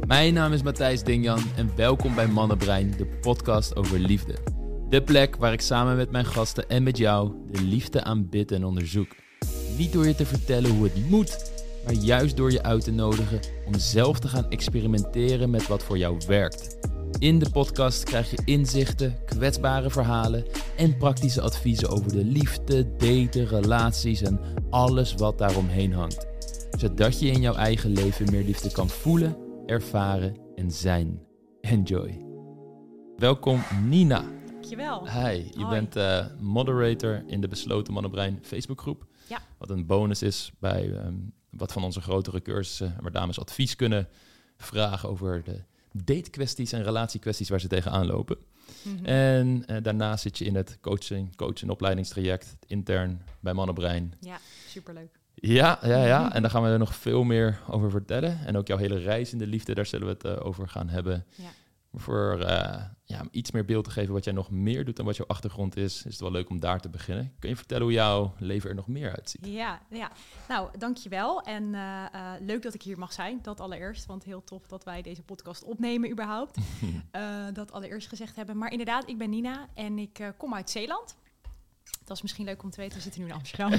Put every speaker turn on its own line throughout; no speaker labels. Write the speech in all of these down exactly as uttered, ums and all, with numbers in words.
Mijn naam is Matthijs Dingjan en welkom bij Mannenbrein, de podcast over liefde. De plek waar ik samen met mijn gasten en met jou de liefde aanbid en onderzoek. Niet door je te vertellen hoe het moet, maar juist door je uit te nodigen om zelf te gaan experimenteren met wat voor jou werkt. In de podcast krijg je inzichten, kwetsbare verhalen en praktische adviezen over de liefde, daten, relaties en alles wat daaromheen hangt. Zodat je in jouw eigen leven meer liefde kan voelen, ervaren en zijn. Enjoy. Welkom Nina.
Dankjewel.
Hi, je
Hoi.
bent uh, moderator in de Besloten Mannenbrein Facebookgroep.
Ja. Wat
een bonus is bij um, wat van onze grotere cursussen, waar dames advies kunnen vragen over de datekwesties en relatiekwesties waar ze tegenaan lopen.
Mm-hmm.
En uh, daarnaast zit je in het coaching, coach- en opleidingstraject, intern bij Mannenbrein.
Ja, superleuk.
Ja, ja, ja. En daar gaan we er nog veel meer over vertellen. En ook jouw hele reis in de liefde, daar zullen we het uh, over gaan hebben.
Ja.
Voor uh, ja, om iets meer beeld te geven wat jij nog meer doet en wat jouw achtergrond is, is het wel leuk om daar te beginnen. Kun je vertellen hoe jouw leven er nog meer uitziet?
Ja, ja. Nou, dankjewel. En uh, uh, leuk dat ik hier mag zijn, dat allereerst. Want heel tof dat wij deze podcast opnemen überhaupt. uh, dat allereerst gezegd hebben. Maar inderdaad, ik ben Nina en ik uh, kom uit Zeeland. Dat is misschien leuk om te weten, we zitten nu in Amsterdam.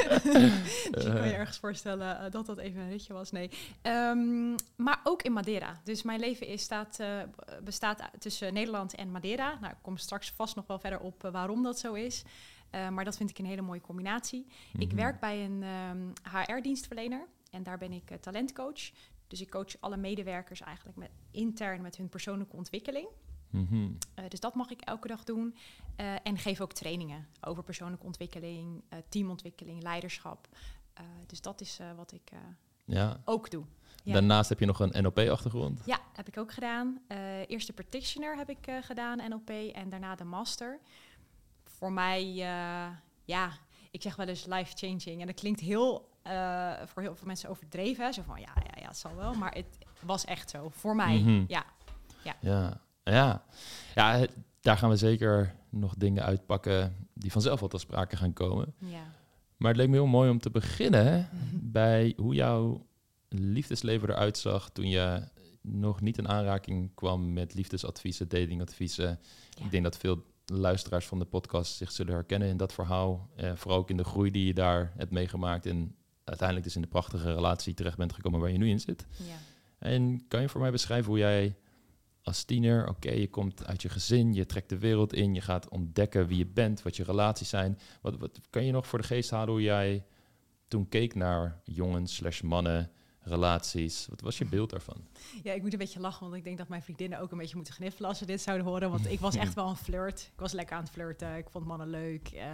Dus ik kan je ergens voorstellen uh, dat dat even een ritje was. Nee. Um, maar ook in Madeira. Dus mijn leven is, staat, uh, bestaat tussen Nederland en Madeira. Nou, ik kom straks vast nog wel verder op uh, waarom dat zo is. Uh, maar dat vind ik een hele mooie combinatie. Mm-hmm. Ik werk bij een um, H R-dienstverlener en daar ben ik uh, talentcoach. Dus ik coach alle medewerkers eigenlijk met, intern met hun persoonlijke ontwikkeling. Mm-hmm. Uh, dus dat mag ik elke dag doen. Uh, en geef ook trainingen over persoonlijke ontwikkeling, uh, teamontwikkeling, leiderschap. Uh, dus dat is uh, wat ik uh, ja. ook doe.
Ja. Daarnaast heb je nog een N L P-achtergrond.
Ja, heb ik ook gedaan. Uh, eerst de practitioner heb ik uh, gedaan, N L P, en daarna de master. Voor mij, uh, ja, ik zeg wel eens life-changing. En dat klinkt heel, uh, voor heel veel mensen overdreven. Hè? Zo van, ja, ja, ja, het zal wel. Maar het was echt zo. Voor mij, mm-hmm. ja.
Ja. ja. Ja, ja, daar gaan we zeker nog dingen uitpakken die vanzelf wel ter sprake gaan komen.
Ja.
Maar het leek me heel mooi om te beginnen hè, bij hoe jouw liefdesleven eruit zag toen je nog niet in aanraking kwam met liefdesadviezen, datingadviezen. Ja. Ik denk dat veel luisteraars van de podcast zich zullen herkennen in dat verhaal. Eh, vooral ook in de groei die je daar hebt meegemaakt en uiteindelijk dus in de prachtige relatie terecht bent gekomen waar je nu in zit.
Ja.
En kan je voor mij beschrijven hoe jij als tiener, oké, okay, je komt uit je gezin, je trekt de wereld in, je gaat ontdekken wie je bent, wat je relaties zijn. Wat, wat kan je nog voor de geest halen hoe jij toen keek naar jongens slash mannen, relaties? Wat was je beeld daarvan?
Ja, ik moet een beetje lachen, want ik denk dat mijn vriendinnen ook een beetje moeten gniffelen als ze dit zouden horen. Want ik was echt wel een flirt. Ik was lekker aan het flirten. Ik vond mannen leuk. Uh,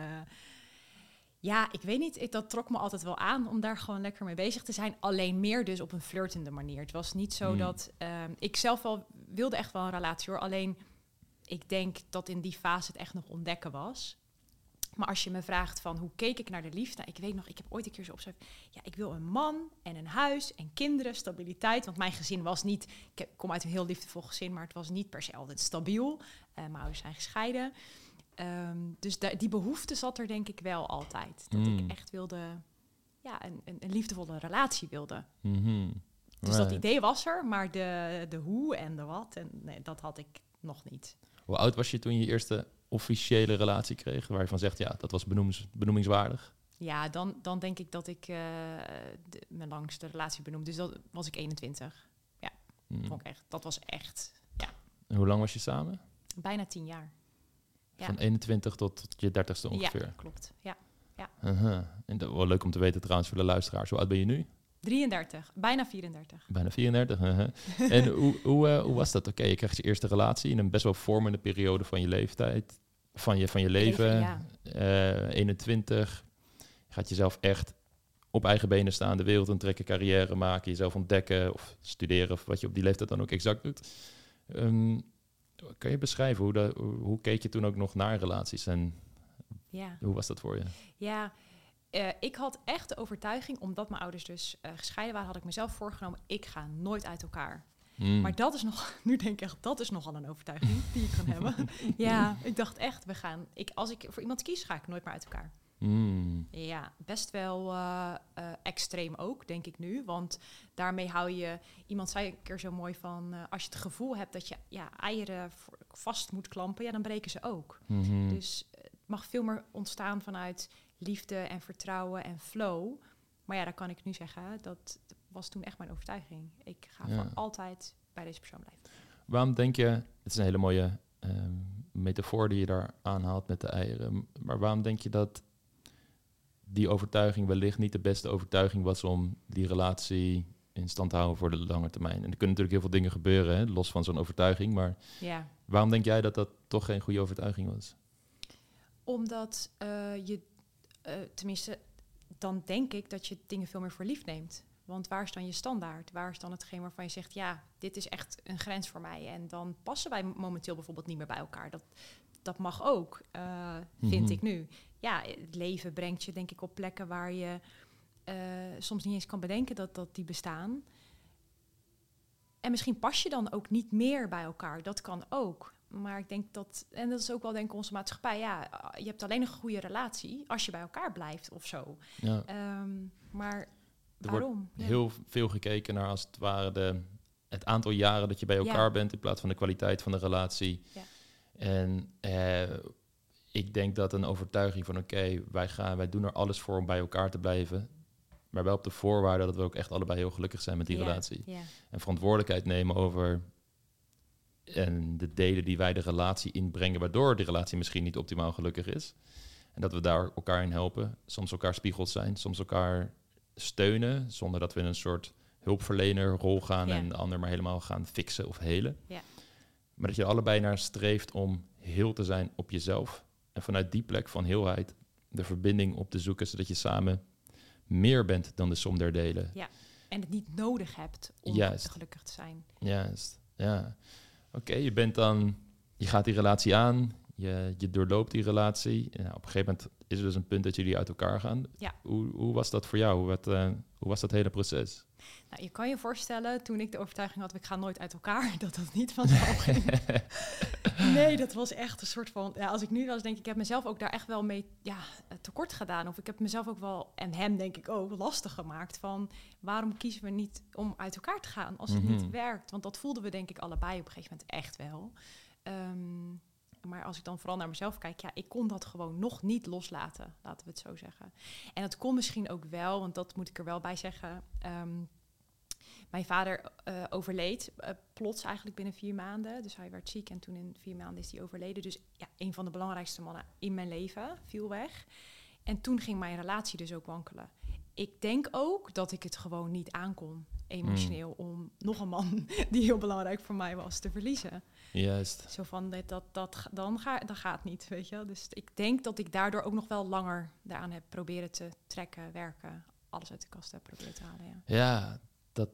ja, ik weet niet. Ik, dat trok me altijd wel aan om daar gewoon lekker mee bezig te zijn. Alleen meer dus op een flirtende manier. Het was niet zo mm. dat uh, ik zelf wel wilde echt wel een relatie hoor. Alleen ik denk dat in die fase het echt nog ontdekken was. Maar als je me vraagt van hoe keek ik naar de liefde? Ik weet nog, ik heb ooit een keer zo opgeschreven. Ja, ik wil een man en een huis en kinderen, stabiliteit. Want mijn gezin was niet, ik kom uit een heel liefdevol gezin, maar het was niet per se altijd stabiel. Uh, mijn ouders zijn gescheiden. Um, dus de, die behoefte zat er denk ik wel altijd. Dat mm. ik echt wilde, ja, een, een, een liefdevolle relatie wilde.
Mm-hmm.
Dus right. dat idee was er, maar de, de hoe en de wat, en nee, dat had ik nog niet.
Hoe oud was je toen je je eerste officiële relatie kreeg, waar je van zegt, ja, dat was benoemings, benoemingswaardig?
Ja, dan, dan denk ik dat ik uh, de, mijn langste relatie benoemde. Dus dat was ik eenentwintig. Ja, mm. vond ik echt, dat was echt, ja.
En hoe lang was je samen?
Bijna tien jaar. Ja.
Van eenentwintig tot, tot je dertigste ongeveer?
Ja, klopt. Ja. Ja.
Uh-huh. En dat wel leuk om te weten trouwens voor de luisteraars. Hoe oud ben je nu?
drieëndertig, bijna vierendertig.
Bijna vierendertig, uh-huh. En hoe, hoe, uh, hoe was dat? Oké, okay, je krijgt je eerste relatie in een best wel vormende periode van je leeftijd, van je, van je leven. leven ja. uh, eenentwintig, je gaat jezelf echt op eigen benen staan, de wereld intrekken, carrière maken, jezelf ontdekken of studeren of wat je op die leeftijd dan ook exact doet. Um, kan je beschrijven, hoe, de, hoe, hoe keek je toen ook nog naar relaties en ja. hoe was dat voor je?
Ja, Uh, ik had echt de overtuiging, omdat mijn ouders dus uh, gescheiden waren, had ik mezelf voorgenomen, ik ga nooit uit elkaar. Mm. Maar dat is nog, nu denk ik echt, dat is nogal een overtuiging die ik kan hebben. Ja, ik dacht echt, we gaan, ik, als ik voor iemand kies, ga ik nooit meer uit elkaar.
Mm.
Ja, best wel uh, uh, extreem ook, denk ik nu. Want daarmee hou je... Iemand zei een keer zo mooi van... Uh, als je het gevoel hebt dat je ja, eieren vast moet klampen... ja, dan breken ze ook.
Mm-hmm.
Dus het mag veel meer ontstaan vanuit liefde en vertrouwen en flow. Maar ja, dat kan ik nu zeggen. Dat was toen echt mijn overtuiging. Ik ga
ja.
voor altijd bij deze persoon blijven.
Waarom denk je... Het is een hele mooie uh, metafoor die je daar aanhaalt met de eieren. Maar waarom denk je dat... die overtuiging wellicht niet de beste overtuiging was om die relatie in stand te houden voor de lange termijn. En er kunnen natuurlijk heel veel dingen gebeuren, hè, los van zo'n overtuiging. Maar
ja.
waarom denk jij dat dat toch geen goede overtuiging was?
Omdat uh, je, uh, tenminste, dan denk ik dat je dingen veel meer voor lief neemt. Want waar is dan je standaard? Waar is dan hetgeen waarvan je zegt, ja, dit is echt een grens voor mij. En dan passen wij momenteel bijvoorbeeld niet meer bij elkaar. Dat, dat mag ook, uh, vind mm-hmm. ik nu. Ja, het leven brengt je denk ik op plekken waar je uh, soms niet eens kan bedenken dat, dat die bestaan. En misschien pas je dan ook niet meer bij elkaar. Dat kan ook. Maar ik denk dat, en dat is ook wel denk ik onze maatschappij, ja, je hebt alleen een goede relatie als je bij elkaar blijft of zo. Ja. Um, maar
er
waarom?
wordt ja. heel veel gekeken naar als het ware de, het aantal jaren dat je bij elkaar ja. bent in plaats van de kwaliteit van de relatie. Ja. En uh, ik denk dat een overtuiging van oké, okay, wij gaan, wij doen er alles voor om bij elkaar te blijven. Maar wel op de voorwaarde dat we ook echt allebei heel gelukkig zijn met die yeah, relatie. Yeah. En verantwoordelijkheid nemen over en de delen die wij de relatie inbrengen, waardoor die relatie misschien niet optimaal gelukkig is. En dat we daar elkaar in helpen. Soms elkaar spiegels zijn, soms elkaar steunen, zonder dat we in een soort hulpverlenerrol gaan yeah. en de ander maar helemaal gaan fixen of helen. Yeah. Maar dat je er allebei naar streeft om heel te zijn op jezelf. En vanuit die plek van heelheid de verbinding op te zoeken, zodat je samen meer bent dan de som der delen.
Ja, en het niet nodig hebt om
Juist.
gelukkig te zijn.
Juist, ja. Oké, okay, je bent dan, je gaat die relatie aan, je, je doorloopt die relatie. En nou, op een gegeven moment is er dus een punt dat jullie uit elkaar gaan.
Ja.
Hoe, hoe was dat voor jou? Hoe, werd, uh, hoe was dat hele proces?
Nou, je kan je voorstellen, toen ik de overtuiging had, ik ga nooit uit elkaar, dat dat niet vanzelf ging. Nee, dat was echt een soort van... Ja, als ik nu wel eens denk, ik heb mezelf ook daar echt wel mee ja, tekort gedaan. Of ik heb mezelf ook wel, en hem denk ik ook, lastig gemaakt. Van waarom kiezen we niet om uit elkaar te gaan als het mm-hmm. niet werkt? Want dat voelden we denk ik allebei op een gegeven moment echt wel. Um, maar als ik dan vooral naar mezelf kijk, ja, ik kon dat gewoon nog niet loslaten, laten we het zo zeggen. En dat kon misschien ook wel, want dat moet ik er wel bij zeggen... Um, Mijn vader uh, overleed uh, plots eigenlijk binnen vier maanden. Dus hij werd ziek en toen in vier maanden is hij overleden. Dus ja, een van de belangrijkste mannen in mijn leven viel weg. En toen ging mijn relatie dus ook wankelen. Ik denk ook dat ik het gewoon niet aankon, emotioneel, mm. om nog een man die heel belangrijk voor mij was te verliezen.
Juist.
Zo van, dat, dat, dat, dan, ga, dat gaat niet, weet je. Dus ik denk dat ik daardoor ook nog wel langer daaraan heb proberen te trekken, werken. Alles uit de kast heb proberen te halen, ja.
Ja, dat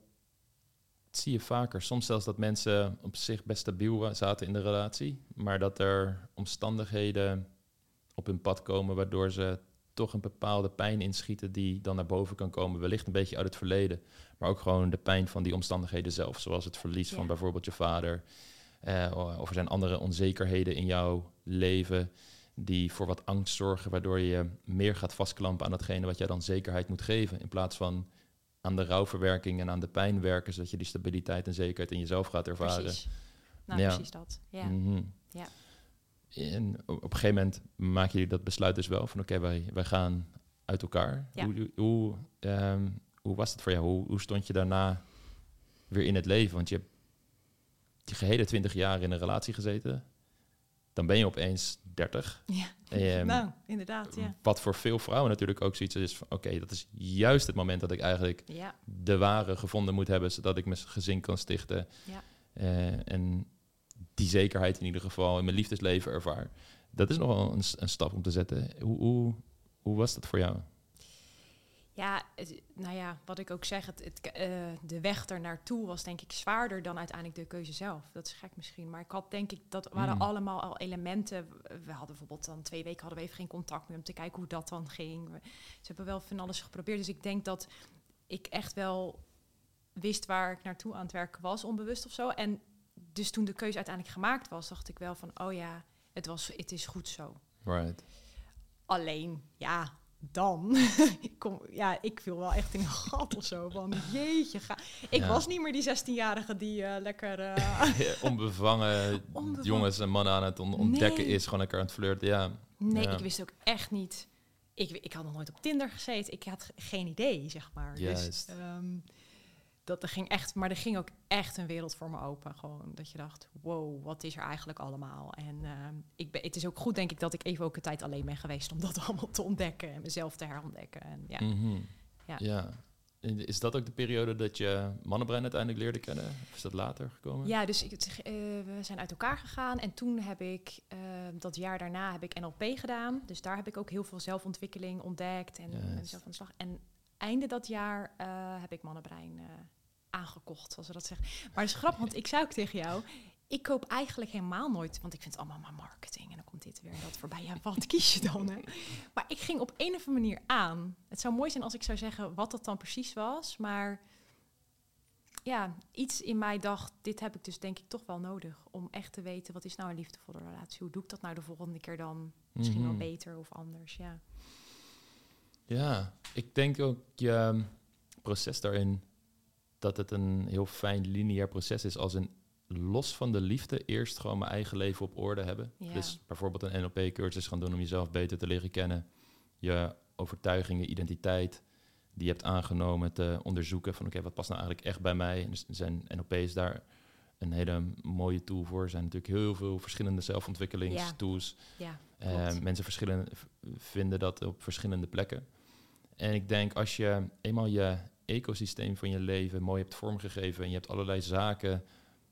zie je vaker. Soms zelfs dat mensen op zich best stabiel zaten in de relatie, maar dat er omstandigheden op hun pad komen waardoor ze toch een bepaalde pijn inschieten die dan naar boven kan komen. Wellicht een beetje uit het verleden, maar ook gewoon de pijn van die omstandigheden zelf, zoals het verlies ja. van bijvoorbeeld je vader. Uh, of er zijn andere onzekerheden in jouw leven die voor wat angst zorgen, waardoor je meer gaat vastklampen aan datgene wat jij dan zekerheid moet geven, in plaats van aan de rouwverwerking en aan de pijn werken, zodat je die stabiliteit en zekerheid in jezelf gaat ervaren.
Precies. Nou, ja. precies dat. Ja.
Mm-hmm.
Ja.
En op een gegeven moment maak je dat besluit dus wel van oké, okay, wij, wij gaan uit elkaar.
Ja.
Hoe, hoe, um, hoe was het voor jou? Hoe, hoe stond je daarna weer in het leven? Want je hebt je gehele twintig jaar in een relatie gezeten. Dan ben je opeens dertig.
Ja,
en,
nou, inderdaad, ja.
Wat voor veel vrouwen natuurlijk ook zoiets is van oké, okay, dat is juist het moment dat ik eigenlijk
ja.
de ware gevonden moet hebben, zodat ik mijn gezin kan stichten.
Ja.
Uh, en die zekerheid in ieder geval in mijn liefdesleven ervaar. Dat is nogal een, een stap om te zetten. Hoe, hoe, hoe was dat voor jou?
Ja, het, nou ja, wat ik ook zeg, het, het, uh, de weg er naartoe was denk ik zwaarder dan uiteindelijk de keuze zelf. Dat is gek misschien, maar ik had denk ik, dat waren mm. allemaal al elementen. We hadden bijvoorbeeld dan twee weken hadden we even geen contact meer om te kijken hoe dat dan ging. We, ze hebben wel van alles geprobeerd, dus ik denk dat ik echt wel wist waar ik naartoe aan het werken was, onbewust of zo. En dus toen de keuze uiteindelijk gemaakt was, dacht ik wel van, oh ja, het was, het is goed zo.
Right.
Alleen, ja, dan... ik, kom, ja, ik viel wel echt in een gat of zo. Van, jeetje, ga... Ik ja. was niet meer die zestienjarige die uh, lekker... Uh...
onbevangen, onbevangen jongens en mannen aan het on- ontdekken nee. is. Gewoon lekker aan het flirten, ja.
Nee,
ja.
ik wist ook echt niet... Ik, ik had nog nooit op Tinder gezeten. Ik had geen idee, zeg maar.
Juist.
Dus, um, dat er ging echt... Maar er ging ook echt een wereld voor me open. Gewoon dat je dacht, wow, wat is er eigenlijk allemaal? En uh, ik ben, het is ook goed, denk ik, dat ik even ook een tijd alleen ben geweest... om dat allemaal te ontdekken en mezelf te herontdekken. En, ja.
Mm-hmm. ja. ja. Is dat ook de periode dat je Mannenbrein uiteindelijk leerde kennen? Of is dat later gekomen?
Ja, dus ik, uh, we zijn uit elkaar gegaan. En toen heb ik, uh, dat jaar daarna, heb ik N L P gedaan. Dus daar heb ik ook heel veel zelfontwikkeling ontdekt en yes. mezelf aan de slag. En einde dat jaar uh, heb ik Mannenbrein uh, aangekocht, zoals we dat zeggen. Maar het is grappig, want ik zei ook tegen jou... Ik koop eigenlijk helemaal nooit, want ik vind het allemaal maar marketing. En dan komt dit weer en dat voorbij. Ja, wat kies je dan? Hè? Maar ik ging op een of andere manier aan. Het zou mooi zijn als ik zou zeggen wat dat dan precies was. Maar ja, iets in mij dacht, dit heb ik dus denk ik toch wel nodig. Om echt te weten, wat is nou een liefdevolle relatie? Hoe doe ik dat nou de volgende keer dan? Misschien mm-hmm. wel beter of anders, ja.
Ja, ik denk ook je proces daarin... dat het een heel fijn lineair proces is als een... los van de liefde eerst gewoon mijn eigen leven op orde hebben. Ja. Dus bijvoorbeeld een N L P-cursus gaan doen om jezelf beter te leren kennen. Je overtuigingen, identiteit die je hebt aangenomen te onderzoeken. Van oké, okay, wat past nou eigenlijk echt bij mij? En dus zijn N L P is daar een hele mooie tool voor. Er zijn natuurlijk heel veel verschillende zelfontwikkelingstools.
Ja.
Ja, uh, mensen verschillen, vinden dat op verschillende plekken. En ik denk als je eenmaal je ecosysteem van je leven mooi hebt vormgegeven... en je hebt allerlei zaken...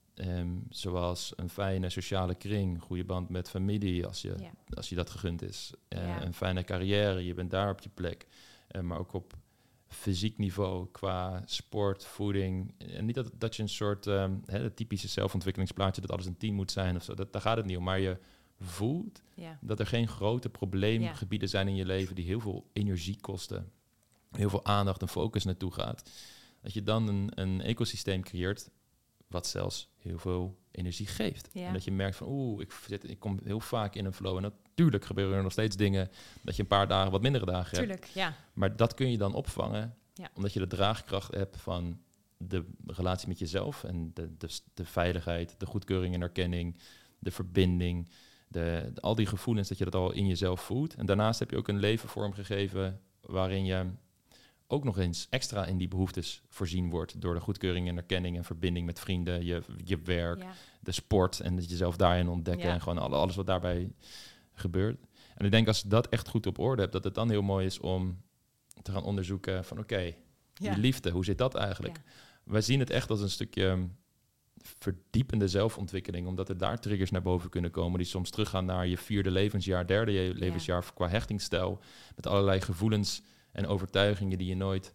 Um, zoals een fijne sociale kring, goede band met familie, als je, ja. als je dat gegund is. Uh, ja. Een fijne carrière, je bent daar op je plek. Uh, maar ook op fysiek niveau, qua sport, voeding. En niet dat, dat je een soort, um, hè, het typische zelfontwikkelingsplaatje, dat alles een team moet zijn of zo. Dat, daar gaat het niet om. Maar je voelt ja. dat er geen grote probleemgebieden ja. zijn in je leven die heel veel energie kosten. Heel veel aandacht en focus naartoe gaat. Dat je dan een, een ecosysteem creëert... wat zelfs heel veel energie geeft. Ja. En dat je merkt van, oeh, ik, zit, ik kom heel vaak in een flow. En natuurlijk gebeuren er nog steeds dingen... dat je een paar dagen wat mindere dagen
Tuurlijk,
hebt.
Ja.
Maar dat kun je dan opvangen...
Ja.
omdat je de draagkracht hebt van de relatie met jezelf... en de, de, de veiligheid, de goedkeuring en erkenning... de verbinding, de, de, al die gevoelens dat je dat al in jezelf voelt. En daarnaast heb je ook een leven vormgegeven... waarin je... ook nog eens extra in die behoeftes voorzien wordt... door de goedkeuring en erkenning en verbinding met vrienden... je, je werk, ja. de sport en dat jezelf daarin ontdekken... Ja. en gewoon alles wat daarbij gebeurt. En ik denk als je dat echt goed op orde hebt... dat het dan heel mooi is om te gaan onderzoeken van... oké, okay, ja. die liefde, hoe zit dat eigenlijk? Ja. Wij zien het echt als een stukje verdiepende zelfontwikkeling... omdat er daar triggers naar boven kunnen komen... die soms teruggaan naar je vierde levensjaar, derde levensjaar... Ja. qua hechtingsstijl, met allerlei gevoelens... en overtuigingen die je nooit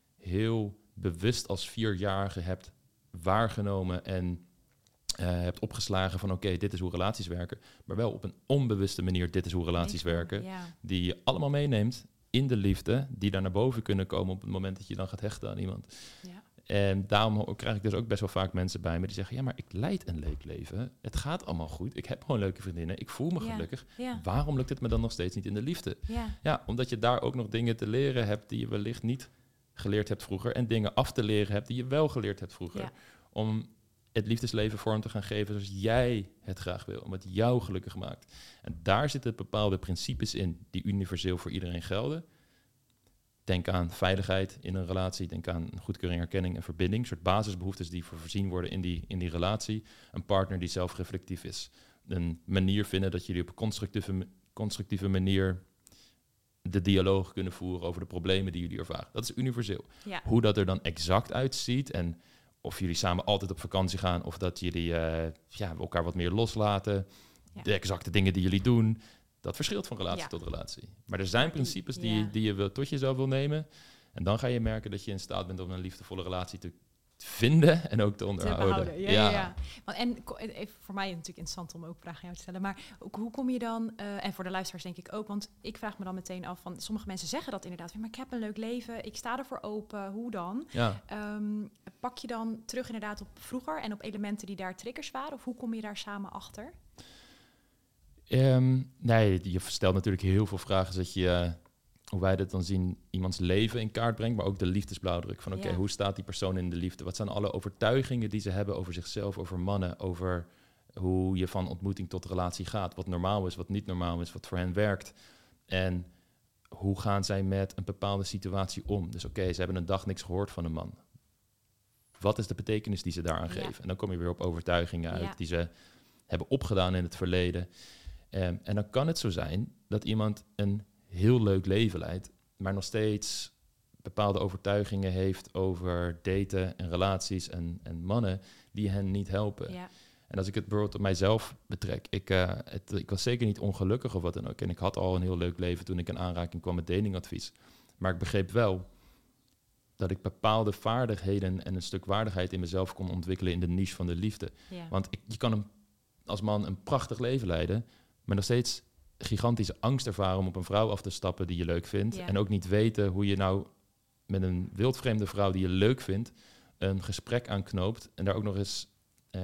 heel bewust als vierjarige hebt waargenomen en uh, hebt opgeslagen van oké, okay, dit is hoe relaties werken. Maar wel op een onbewuste manier, dit is hoe relaties nee, werken. Ja. Die je allemaal meeneemt in de liefde, die daar naar boven kunnen komen op het moment dat je dan gaat hechten aan iemand. Ja. En daarom krijg ik dus ook best wel vaak mensen bij me die zeggen... ja, maar ik leid een leuk leven. Het gaat allemaal goed. Ik heb gewoon leuke vriendinnen. Ik voel me ja. gelukkig. Ja. Waarom lukt het me dan nog steeds niet in de liefde? Ja. ja, omdat je daar ook nog dingen te leren hebt... die je wellicht niet geleerd hebt vroeger... en dingen af te leren hebt die je wel geleerd hebt vroeger. Ja. Om het liefdesleven vorm te gaan geven zoals jij het graag wil. Om het jou gelukkig maakt. En daar zitten bepaalde principes in... die universeel voor iedereen gelden... Denk aan veiligheid in een relatie. Denk aan goedkeuring, erkenning en verbinding. Een soort basisbehoeftes die voorzien worden in die, in die relatie. Een partner die zelfreflectief is. Een manier vinden dat jullie op een constructieve, constructieve manier... de dialoog kunnen voeren over de problemen die jullie ervaren. Dat is universeel. Ja. Hoe dat er dan exact uitziet... en of jullie samen altijd op vakantie gaan... of dat jullie uh, ja, elkaar wat meer loslaten. Ja. De exacte dingen die jullie doen... Dat verschilt van relatie ja. tot relatie. Maar er zijn principes die, ja. die je wil, tot jezelf wil nemen. En dan ga je merken dat je in staat bent om een liefdevolle relatie te vinden en ook te onderhouden. Te behouden.
Ja, ja. Ja, ja. Want en even voor mij natuurlijk interessant om ook vragen aan jou te stellen. Maar ook, hoe kom je dan, uh, en voor de luisteraars denk ik ook, want ik vraag me dan meteen af van, sommige mensen zeggen dat inderdaad, maar ik heb een leuk leven, ik sta ervoor open, hoe dan? Ja. Um, pak je dan terug inderdaad op vroeger en op elementen die daar triggers waren? Of hoe kom je daar samen achter?
Um, nee, je stelt natuurlijk heel veel vragen, zodat je, uh, hoe wij dat dan zien, iemands leven in kaart brengt, maar ook de liefdesblauwdruk. Van oké, okay, ja. hoe staat die persoon in de liefde? Wat zijn alle overtuigingen die ze hebben over zichzelf, over mannen, over hoe je van ontmoeting tot relatie gaat? Wat normaal is, wat niet normaal is, wat voor hen werkt. En hoe gaan zij met een bepaalde situatie om? Dus oké, okay, ze hebben een dag niks gehoord van een man. Wat is de betekenis die ze daaraan geven? Ja. En dan kom je weer op overtuigingen uit ja. die ze hebben opgedaan in het verleden. Um, en dan kan het zo zijn dat iemand een heel leuk leven leidt, maar nog steeds bepaalde overtuigingen heeft over daten en relaties en, en mannen die hen niet helpen. Ja. En als ik het bijvoorbeeld op mijzelf betrek, ik, uh, het, ik was zeker niet ongelukkig of wat dan ook. En ik had al een heel leuk leven toen ik in aanraking kwam met datingadvies. Maar ik begreep wel dat ik bepaalde vaardigheden en een stuk waardigheid in mezelf kon ontwikkelen in de niche van de liefde. Ja. Want ik, je kan een, als man een prachtig leven leiden, maar nog steeds gigantische angst ervaren om op een vrouw af te stappen die je leuk vindt. Ja. En ook niet weten hoe je nou met een wildvreemde vrouw die je leuk vindt een gesprek aanknoopt en daar ook nog eens uh,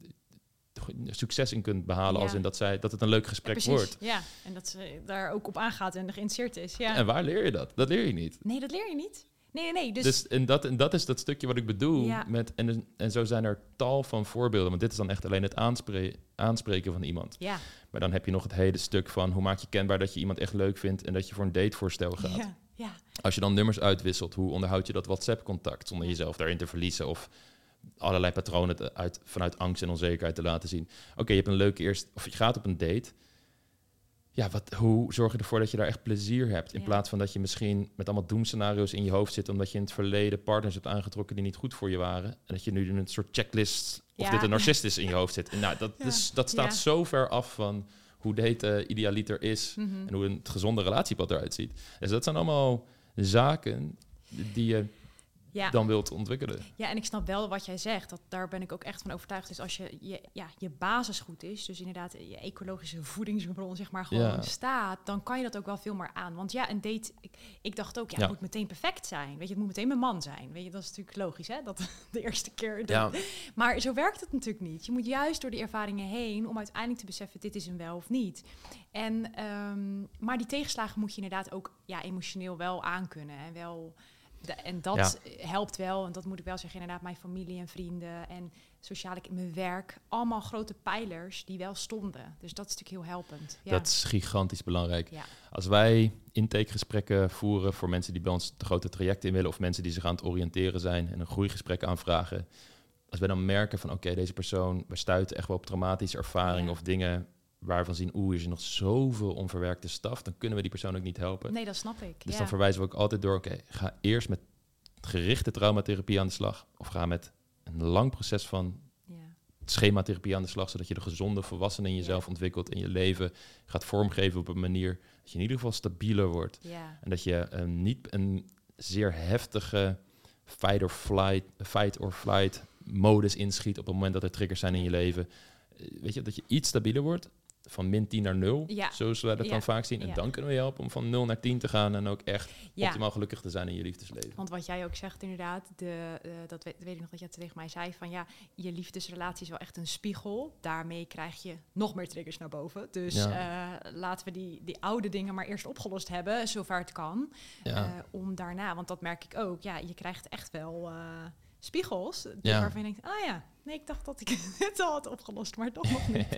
succes in kunt behalen, ja. als in dat, zij, dat het een leuk gesprek
ja,
wordt.
Ja, en dat ze daar ook op aangaat en geïnteresseerd is. Ja.
En waar leer je dat? Dat leer je niet.
Nee, dat leer je niet. Nee, nee, nee. Dus,
dus en, dat, en dat is dat stukje wat ik bedoel.
Ja.
Met, en, en zo zijn er tal van voorbeelden. Want dit is dan echt alleen het aanspre- aanspreken van iemand.
Ja.
Maar dan heb je nog het hele stuk van hoe maak je kenbaar dat je iemand echt leuk vindt en dat je voor een datevoorstel gaat.
Ja. Ja.
Als je dan nummers uitwisselt, hoe onderhoud je dat WhatsApp-contact zonder jezelf daarin te verliezen of allerlei patronen uit, vanuit angst en onzekerheid te laten zien. Oké, okay, je hebt een leuke eerste, of je gaat op een date. Ja, wat, hoe zorg je ervoor dat je daar echt plezier hebt? In ja. plaats van dat je misschien met allemaal doemscenario's in je hoofd zit, omdat je in het verleden partners hebt aangetrokken die niet goed voor je waren. En dat je nu in een soort checklist of ja. dit een narcist is in je hoofd zit. En nou, dat, ja. dus, dat staat ja. zo ver af van hoe daten idealiter is mm-hmm. en hoe een gezonde relatiepad eruit ziet. Dus dat zijn allemaal zaken die je ja. dan wilt ontwikkelen.
Ja, en ik snap wel wat jij zegt. Dat, daar ben ik ook echt van overtuigd. Dus als je, je, ja, je basis goed is, dus inderdaad je ecologische voedingsbron zeg maar gewoon ja. staat, dan kan je dat ook wel veel meer aan. Want ja, een date, ik, ik dacht ook, ja, ja, het moet meteen perfect zijn. Weet je, het moet meteen mijn man zijn. Weet je, dat is natuurlijk logisch, hè? Dat de eerste keer. De, ja. Maar zo werkt het natuurlijk niet. Je moet juist door die ervaringen heen om uiteindelijk te beseffen, dit is een wel of niet. En, um, maar die tegenslagen moet je inderdaad ook ja, emotioneel wel aankunnen en wel. De, en dat ja. helpt wel, en dat moet ik wel zeggen, inderdaad, mijn familie en vrienden en sociaal in mijn werk, allemaal grote pijlers die wel stonden. Dus dat is natuurlijk heel helpend. Ja.
Dat is gigantisch belangrijk. Ja. Als wij intakegesprekken voeren voor mensen die bij ons de grote trajecten in willen of mensen die zich aan het oriënteren zijn en een groeigesprek aanvragen, als wij dan merken van oké, okay, deze persoon, we stuiten echt wel op traumatische ervaringen ja. of dingen waarvan zien, oeh, is er nog zoveel onverwerkte staf, dan kunnen we die persoon ook niet helpen.
Nee, dat snap ik.
Dus
ja.
dan verwijzen we ook altijd door, oké, okay, ga eerst met gerichte traumatherapie aan de slag, of ga met een lang proces van ja. schematherapie aan de slag, zodat je de gezonde volwassene in jezelf ja. ontwikkelt, in je leven gaat vormgeven op een manier dat je in ieder geval stabieler wordt. Ja. En dat je um, niet een zeer heftige fight or flight, fight or flight modus inschiet op het moment dat er triggers zijn in je leven. Uh, weet je, dat je iets stabieler wordt, van min tien naar nul, ja. zoals wij dat ja. dan vaak zien. En ja. dan kunnen we je helpen om van nul naar tien te gaan en ook echt ja. optimaal gelukkig te zijn in je liefdesleven.
Want wat jij ook zegt inderdaad, de, uh, dat weet, weet ik nog dat jij tegen mij zei, van ja, je liefdesrelatie is wel echt een spiegel. Daarmee krijg je nog meer triggers naar boven. Dus ja. uh, laten we die, die oude dingen maar eerst opgelost hebben, zover het kan. Ja. Uh, om daarna, want dat merk ik ook, ja, je krijgt echt wel Uh, spiegels, ja. waarvan je denkt, ah ja, nee, ik dacht dat ik het al had opgelost, maar toch nog niet.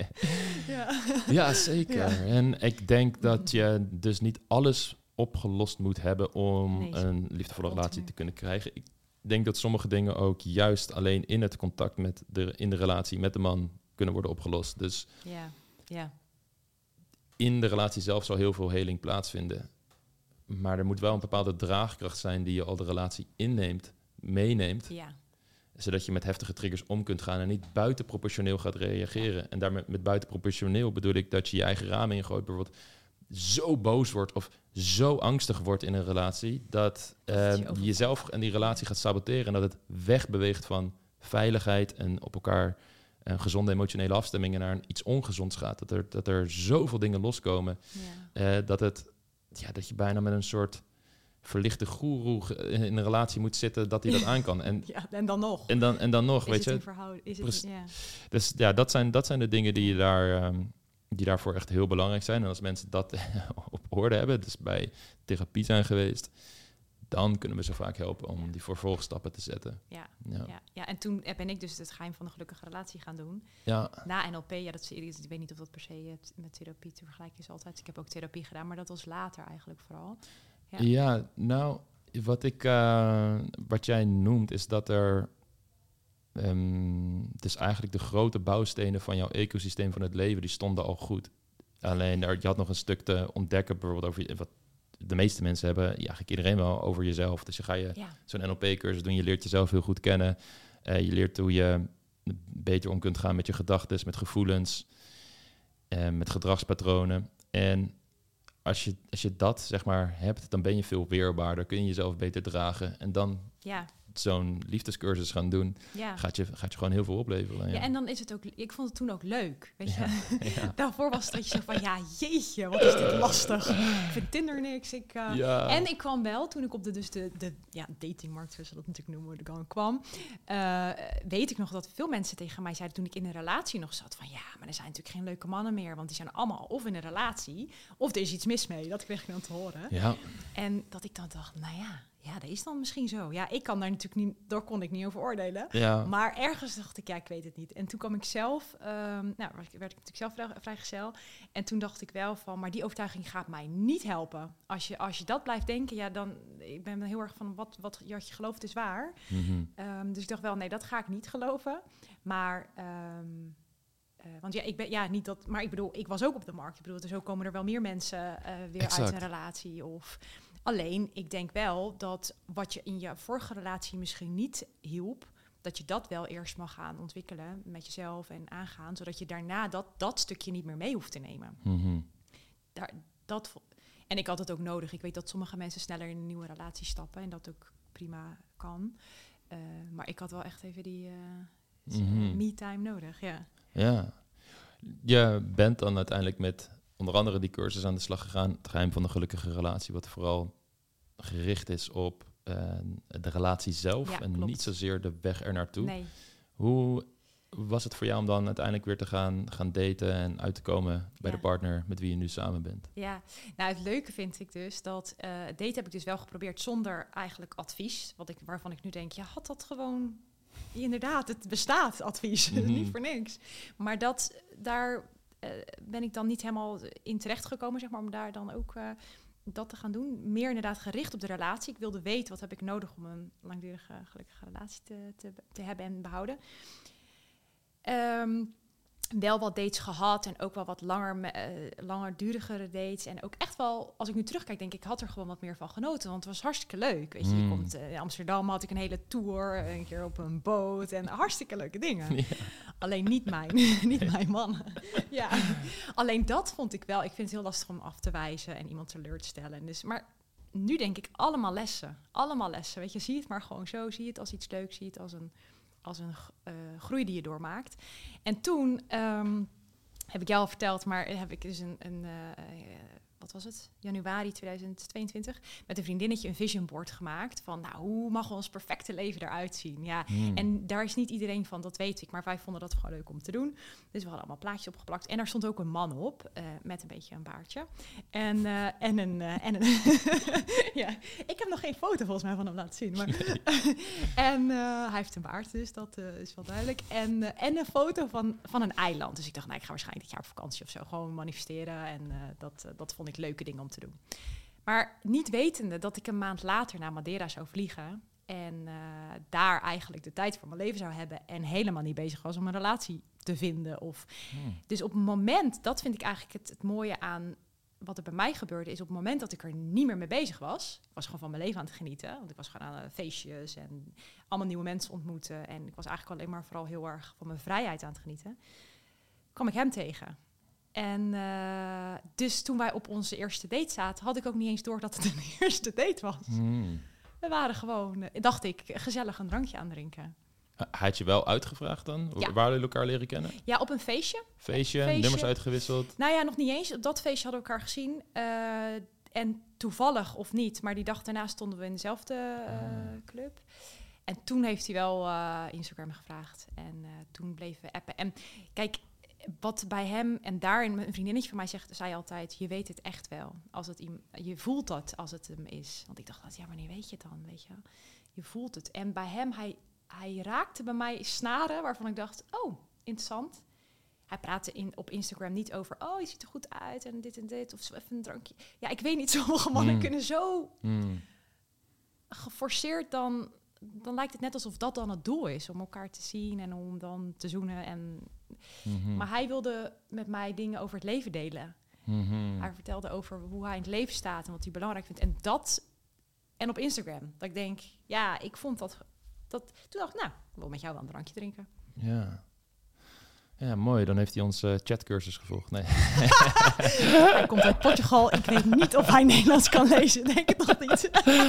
ja. ja, zeker. Ja. En ik denk dat je dus niet alles opgelost moet hebben om nee, een liefdevolle relatie mee. te kunnen krijgen. Ik denk dat sommige dingen ook juist alleen in het contact met de, in de relatie met de man kunnen worden opgelost. Dus
ja. Ja.
in de relatie zelf zal heel veel heling plaatsvinden. Maar er moet wel een bepaalde draagkracht zijn die je al de relatie inneemt, meeneemt, ja. zodat je met heftige triggers om kunt gaan en niet buitenproportioneel gaat reageren. Ja. En daarmee met buitenproportioneel bedoel ik dat je je eigen ramen ingooit, bijvoorbeeld zo boos wordt of zo angstig wordt in een relatie, dat uh, je jezelf en die relatie gaat saboteren en dat het wegbeweegt van veiligheid en op elkaar een gezonde emotionele afstemming en naar een iets ongezonds gaat. Dat er, dat er zoveel dingen loskomen, ja. uh, dat, het, ja, dat je bijna met een soort verlichte goeroe in een relatie moet zitten dat hij dat aan kan. En,
ja, en dan nog.
En dan, en dan nog,
is
weet
het
je.
Verhoud, is het, ja.
Dus ja, dat zijn, dat zijn de dingen die je daar um, die daarvoor echt heel belangrijk zijn. En als mensen dat op orde hebben, dus bij therapie zijn geweest, dan kunnen we ze vaak helpen om die vervolgstappen te zetten.
Ja,
Ja.
ja, ja, en toen ben ik dus het geheim van de gelukkige relatie gaan doen.
Ja.
Na N L P, ja, dat is, ik weet niet of dat per se uh, met therapie te vergelijken is altijd. Ik heb ook therapie gedaan, maar dat was later eigenlijk vooral.
Ja, ja nou, wat, ik, uh, wat jij noemt is dat er... Um, dus eigenlijk de grote bouwstenen van jouw ecosysteem van het leven, die stonden al goed. Alleen, er, je had nog een stuk te ontdekken, bijvoorbeeld over wat de meeste mensen hebben, ja, eigenlijk iedereen wel, over jezelf. Dus je ga je ja. zo'n N L P-cursus doen, je leert jezelf heel goed kennen. Uh, je leert hoe je beter om kunt gaan met je gedachten, met gevoelens, uh, met gedragspatronen. En als je, als je dat, zeg maar, hebt, dan ben je veel weerbaarder, kun je jezelf beter dragen. En dan... Ja. zo'n liefdescursus gaan doen, ja. gaat, je, gaat je gewoon heel veel opleveren. Ja.
ja, en dan is het ook... Ik vond het toen ook leuk, weet je. Ja, ja. Daarvoor was het dat je zo van, ja, jeetje, wat is dit lastig. Ik vind Tinder niks. Ik, uh, ja. En ik kwam wel, toen ik op de, dus de, de ja, datingmarkt, zoals ze dat natuurlijk noemen, de gang kwam, uh, weet ik nog dat veel mensen tegen mij zeiden, toen ik in een relatie nog zat, van ja, maar er zijn natuurlijk geen leuke mannen meer, want die zijn allemaal of in een relatie, of er is iets mis mee. Dat kreeg ik dan te horen. Ja. En dat ik dan dacht, nou ja, ja, dat is dan misschien zo. Ja, ik kan daar natuurlijk niet, daar kon ik niet over oordelen. Ja. Maar ergens dacht ik, ja, ik weet het niet. En toen kwam ik zelf, um, nou, werd ik natuurlijk zelf vrij, vrijgezel. En toen dacht ik wel van, maar die overtuiging gaat mij niet helpen. Als je, als je dat blijft denken, ja, dan, ik ben heel erg van, wat, wat je gelooft is waar. Mm-hmm. Um, dus ik dacht wel, nee, dat ga ik niet geloven. Maar... Um, Uh, want ja, ik ben ja niet dat, maar ik bedoel, ik was ook op de markt. Ik bedoel, dus zo komen er wel meer mensen uh, weer exact. Uit een relatie. Of alleen, ik denk wel dat wat je in je vorige relatie misschien niet hielp, dat je dat wel eerst mag gaan ontwikkelen met jezelf en aangaan, zodat je daarna dat, dat stukje niet meer mee hoeft te nemen. Mm-hmm. Daar, dat, en ik had het ook nodig. Ik weet dat sommige mensen sneller in een nieuwe relatie stappen en dat ook prima kan. Uh, maar ik had wel echt even die uh, mm-hmm. me-time nodig, ja.
Ja, je bent dan uiteindelijk met onder andere die cursus aan de slag gegaan. Het geheim van de gelukkige relatie, wat vooral gericht is op uh, de relatie zelf ja, en klopt. Niet zozeer de weg er naartoe. Nee. Hoe was het voor jou om dan uiteindelijk weer te gaan, gaan daten en uit te komen bij ja. de partner met wie je nu samen bent?
Ja, nou het leuke vind ik dus dat uh, daten heb ik dus wel geprobeerd zonder eigenlijk advies. Wat ik, waarvan ik nu denk, ja, had dat gewoon... Inderdaad, het bestaat advies, mm-hmm. niet voor niks. Maar dat, daar uh, ben ik dan niet helemaal in terechtgekomen, zeg maar, om daar dan ook uh, dat te gaan doen. Meer inderdaad gericht op de relatie. Ik wilde weten, wat heb ik nodig om een langdurige, gelukkige relatie te, te, te hebben en behouden. Um, wel wat dates gehad en ook wel wat langer, uh, langer durigere dates. En ook echt wel, als ik nu terugkijk, denk ik, ik had er gewoon wat meer van genoten. Want het was hartstikke leuk. Weet je, mm. je komt uh, in Amsterdam, had ik een hele tour, een keer op een boot en hartstikke leuke dingen. Ja. Alleen niet mijn, niet nee. mijn mannen. Ja. Alleen dat vond ik wel, ik vind het heel lastig om af te wijzen en iemand teleur te stellen. Dus, maar nu denk ik allemaal lessen. Allemaal lessen. Weet je, zie het maar gewoon zo. Zie het als iets leuks, zie het als een... als een uh, groei die je doormaakt. En toen um, heb ik jou al verteld, maar heb ik dus een, een uh, uh, wat was het? januari tweeduizend tweeëntwintig met een vriendinnetje een vision board gemaakt van, nou, hoe mag ons perfecte leven eruit zien? Ja, mm. en daar is niet iedereen van, dat weet ik, maar wij vonden dat gewoon leuk om te doen. Dus we hadden allemaal plaatjes opgeplakt en daar stond ook een man op uh, met een beetje een baardje en uh, en een uh, en een ja, ik heb nog geen foto volgens mij van hem laten zien, maar en uh, hij heeft een baard, dus dat uh, is wel duidelijk en uh, en een foto van van een eiland. Dus ik dacht, nou, ik ga waarschijnlijk dit jaar op vakantie of zo gewoon manifesteren en uh, dat uh, dat vond ik leuke dingen om te doen. Maar niet wetende dat ik een maand later naar Madeira zou vliegen en uh, daar eigenlijk de tijd voor mijn leven zou hebben en helemaal niet bezig was om een relatie te vinden. Of hmm. Dus op het moment, dat vind ik eigenlijk het, het mooie aan wat er bij mij gebeurde, is op het moment dat ik er niet meer mee bezig was, ik was gewoon van mijn leven aan het genieten, want ik was gewoon aan uh, feestjes en allemaal nieuwe mensen ontmoeten en ik was eigenlijk alleen maar vooral heel erg van mijn vrijheid aan het genieten, kwam ik hem tegen. En uh, dus toen wij op onze eerste date zaten, had ik ook niet eens door dat het een eerste date was. Mm. We waren gewoon, dacht ik, gezellig een drankje aan drinken.
Hij had je wel uitgevraagd dan? Ja. Waar hadden jullie elkaar leren kennen?
Ja, op een feestje.
Feestje, feestje. Nummers uitgewisseld?
Nou ja, nog niet eens. Op dat feestje hadden we elkaar gezien. Uh, en toevallig of niet, maar die dag daarna stonden we in dezelfde uh, club. En toen heeft hij wel uh, Instagram gevraagd. En uh, toen bleven we appen. En kijk... wat bij hem, en daarin, een vriendinnetje van mij zegt, zei altijd, je weet het echt wel. Als het iem- je voelt dat als het hem is. Want ik dacht, ja, wanneer weet je het dan, weet je? Je voelt het. En bij hem, hij, hij raakte bij mij snaren waarvan ik dacht, oh, interessant. Hij praatte in, op Instagram niet over, oh, je ziet er goed uit en dit en dit. Of zo even een drankje. Ja, ik weet niet, sommige mannen
Mm.
kunnen zo
Mm.
geforceerd dan... Dan lijkt het net alsof dat dan het doel is, om elkaar te zien en om dan te zoenen. En...
Mm-hmm.
Maar hij wilde met mij dingen over het leven delen.
Mm-hmm.
Hij vertelde over hoe hij in het leven staat en wat hij belangrijk vindt. En dat, en op Instagram, dat ik denk, ja, ik vond dat, dat toen dacht ik, nou, ik wil met jou wel een drankje drinken.
Ja. Ja, mooi. Dan heeft hij onze chatcursus gevolgd. Nee.
Hij komt uit Portugal. Ik weet niet of hij Nederlands kan lezen. Denk ik nog niet.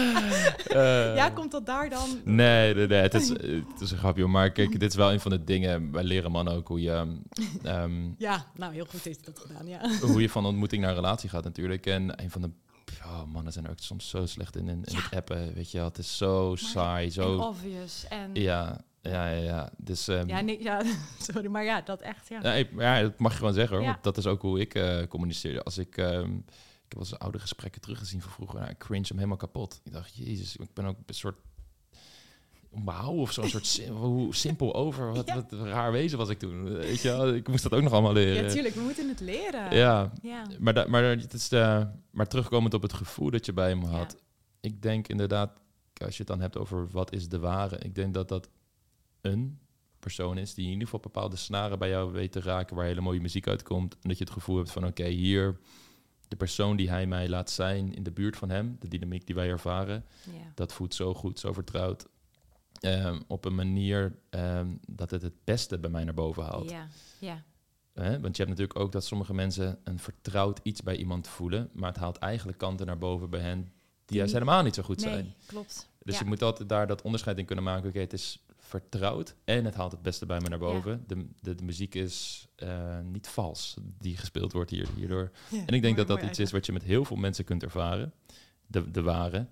Uh,
ja, komt dat daar dan?
Nee, nee, nee. Het is, het is een grapje. Maar kijk, dit is wel een van de dingen. Wij leren mannen ook hoe je... Um,
ja, nou, heel goed heeft hij dat gedaan, ja.
Hoe je van ontmoeting naar relatie gaat natuurlijk. En een van de... Oh, mannen zijn er ook soms zo slecht in, in, in
Ja.
het appen. Weet je wel, het is zo maar, saai. Zo
en obvious. En...
Ja, ja, ja, ja. Dus, um,
ja, nee, ja, sorry, maar ja, dat echt, ja.
Ja, ik, ja dat mag je gewoon zeggen hoor.
Ja.
Want dat is ook hoe ik uh, communiceerde. Als ik... Um, ik heb wel eens oude gesprekken teruggezien van vroeger. Nou, ik cringe hem helemaal kapot. Ik dacht, jezus, ik ben ook een soort onbehouden of zo. Een soort sim- hoe simpel over. Wat, ja. wat raar wezen was ik toen. Weet je wel? Ik moest dat ook nog allemaal leren.
Ja, tuurlijk. We moeten het leren.
Ja,
ja.
Maar, da, maar, het is de, maar terugkomend op het gevoel dat je bij hem had. Ja. Ik denk inderdaad, als je het dan hebt over wat is de ware. Ik denk dat dat een persoon is die in ieder geval bepaalde snaren bij jou weet te raken. Waar hele mooie muziek uitkomt. En dat je het gevoel hebt van oké, okay, hier... de persoon die hij mij laat zijn in de buurt van hem, de dynamiek die wij ervaren, yeah. dat voelt zo goed, zo vertrouwd. Um, op een manier um, dat het het beste bij mij naar boven haalt.
Ja, ja.
Hè? Want je hebt natuurlijk ook dat sommige mensen een vertrouwd iets bij iemand voelen, maar het haalt eigenlijk kanten naar boven bij hen die juist helemaal niet zo goed
nee,
zijn.
Klopt.
Dus
ja.
je moet altijd daar dat onderscheid in kunnen maken. Oké, okay, het is vertrouwd en het haalt het beste bij me naar boven. Ja. De, de, de muziek is uh, niet vals die gespeeld wordt hier, hierdoor. Ja, en ik denk mooi, dat dat iets is wat je met heel veel mensen kunt ervaren. De, de ware.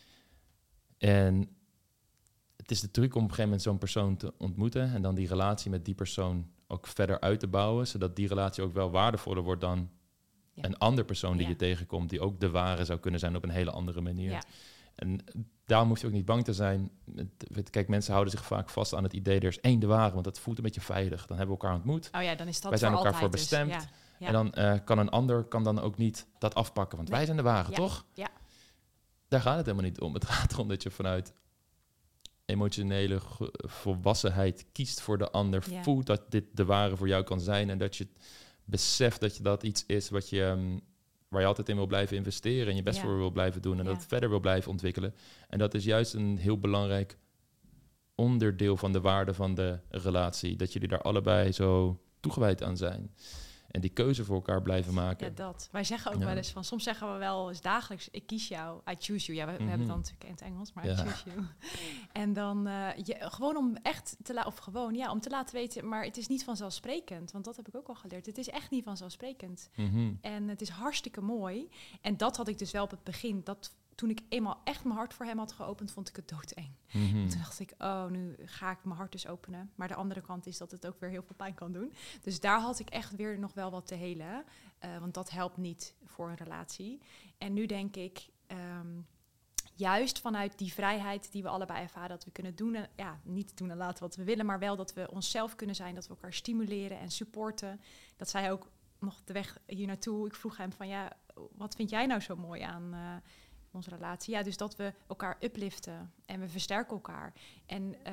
En het is de truc om op een gegeven moment zo'n persoon te ontmoeten en dan die relatie met die persoon ook verder uit te bouwen, zodat die relatie ook wel waardevoller wordt dan ja. een andere persoon die ja. je tegenkomt, die ook de ware zou kunnen zijn op een hele andere manier. Ja. En daarom hoef je ook niet bang te zijn. Kijk, mensen houden zich vaak vast aan het idee, er is één de ware, want dat voelt een beetje veilig. Dan hebben we elkaar ontmoet.
Oh ja, dan is dat
wij zijn
voor
elkaar voor
dus.
bestemd.
Ja. Ja.
En dan uh, kan een ander kan dan ook niet dat afpakken, want nee. wij zijn de ware,
ja.
toch?
Ja.
Daar gaat het helemaal niet om. Het gaat erom dat je vanuit emotionele ge- volwassenheid kiest voor de ander. Ja. Voelt dat dit de ware voor jou kan zijn en dat je beseft dat je dat iets is wat je... Um, waar je altijd in wil blijven investeren en je best ja. voor wil blijven doen en ja. dat het verder wil blijven ontwikkelen. En dat is juist een heel belangrijk onderdeel van de waarde van de relatie. Dat jullie daar allebei zo toegewijd aan zijn. En die keuze voor elkaar blijven maken.
Ja, dat. Wij zeggen ook ja. wel eens van, soms zeggen we wel eens dagelijks, ik kies jou, I choose you. Ja, we, we mm-hmm. hebben het dan natuurlijk in het Engels, maar ja. I choose you. En dan uh, je, gewoon om echt te laten, of gewoon, ja, om te laten weten, maar het is niet vanzelfsprekend, want dat heb ik ook al geleerd. Het is echt niet vanzelfsprekend.
Mm-hmm.
En het is hartstikke mooi. En dat had ik dus wel op het begin, dat toen ik eenmaal echt mijn hart voor hem had geopend, vond ik het doodeng.
Mm-hmm.
Toen dacht ik, oh, nu ga ik mijn hart dus openen. Maar de andere kant is dat het ook weer heel veel pijn kan doen. Dus daar had ik echt weer nog wel wat te helen. Uh, want dat helpt niet voor een relatie. En nu denk ik, um, juist vanuit die vrijheid die we allebei ervaren, dat we kunnen doen en ja, niet doen en laten wat we willen, maar wel dat we onszelf kunnen zijn, dat we elkaar stimuleren en supporten. Dat zij ook nog de weg hier naartoe, ik vroeg hem van, ja, wat vind jij nou zo mooi aan... Uh, onze relatie. Ja, dus dat we elkaar upliften en we versterken elkaar. En uh,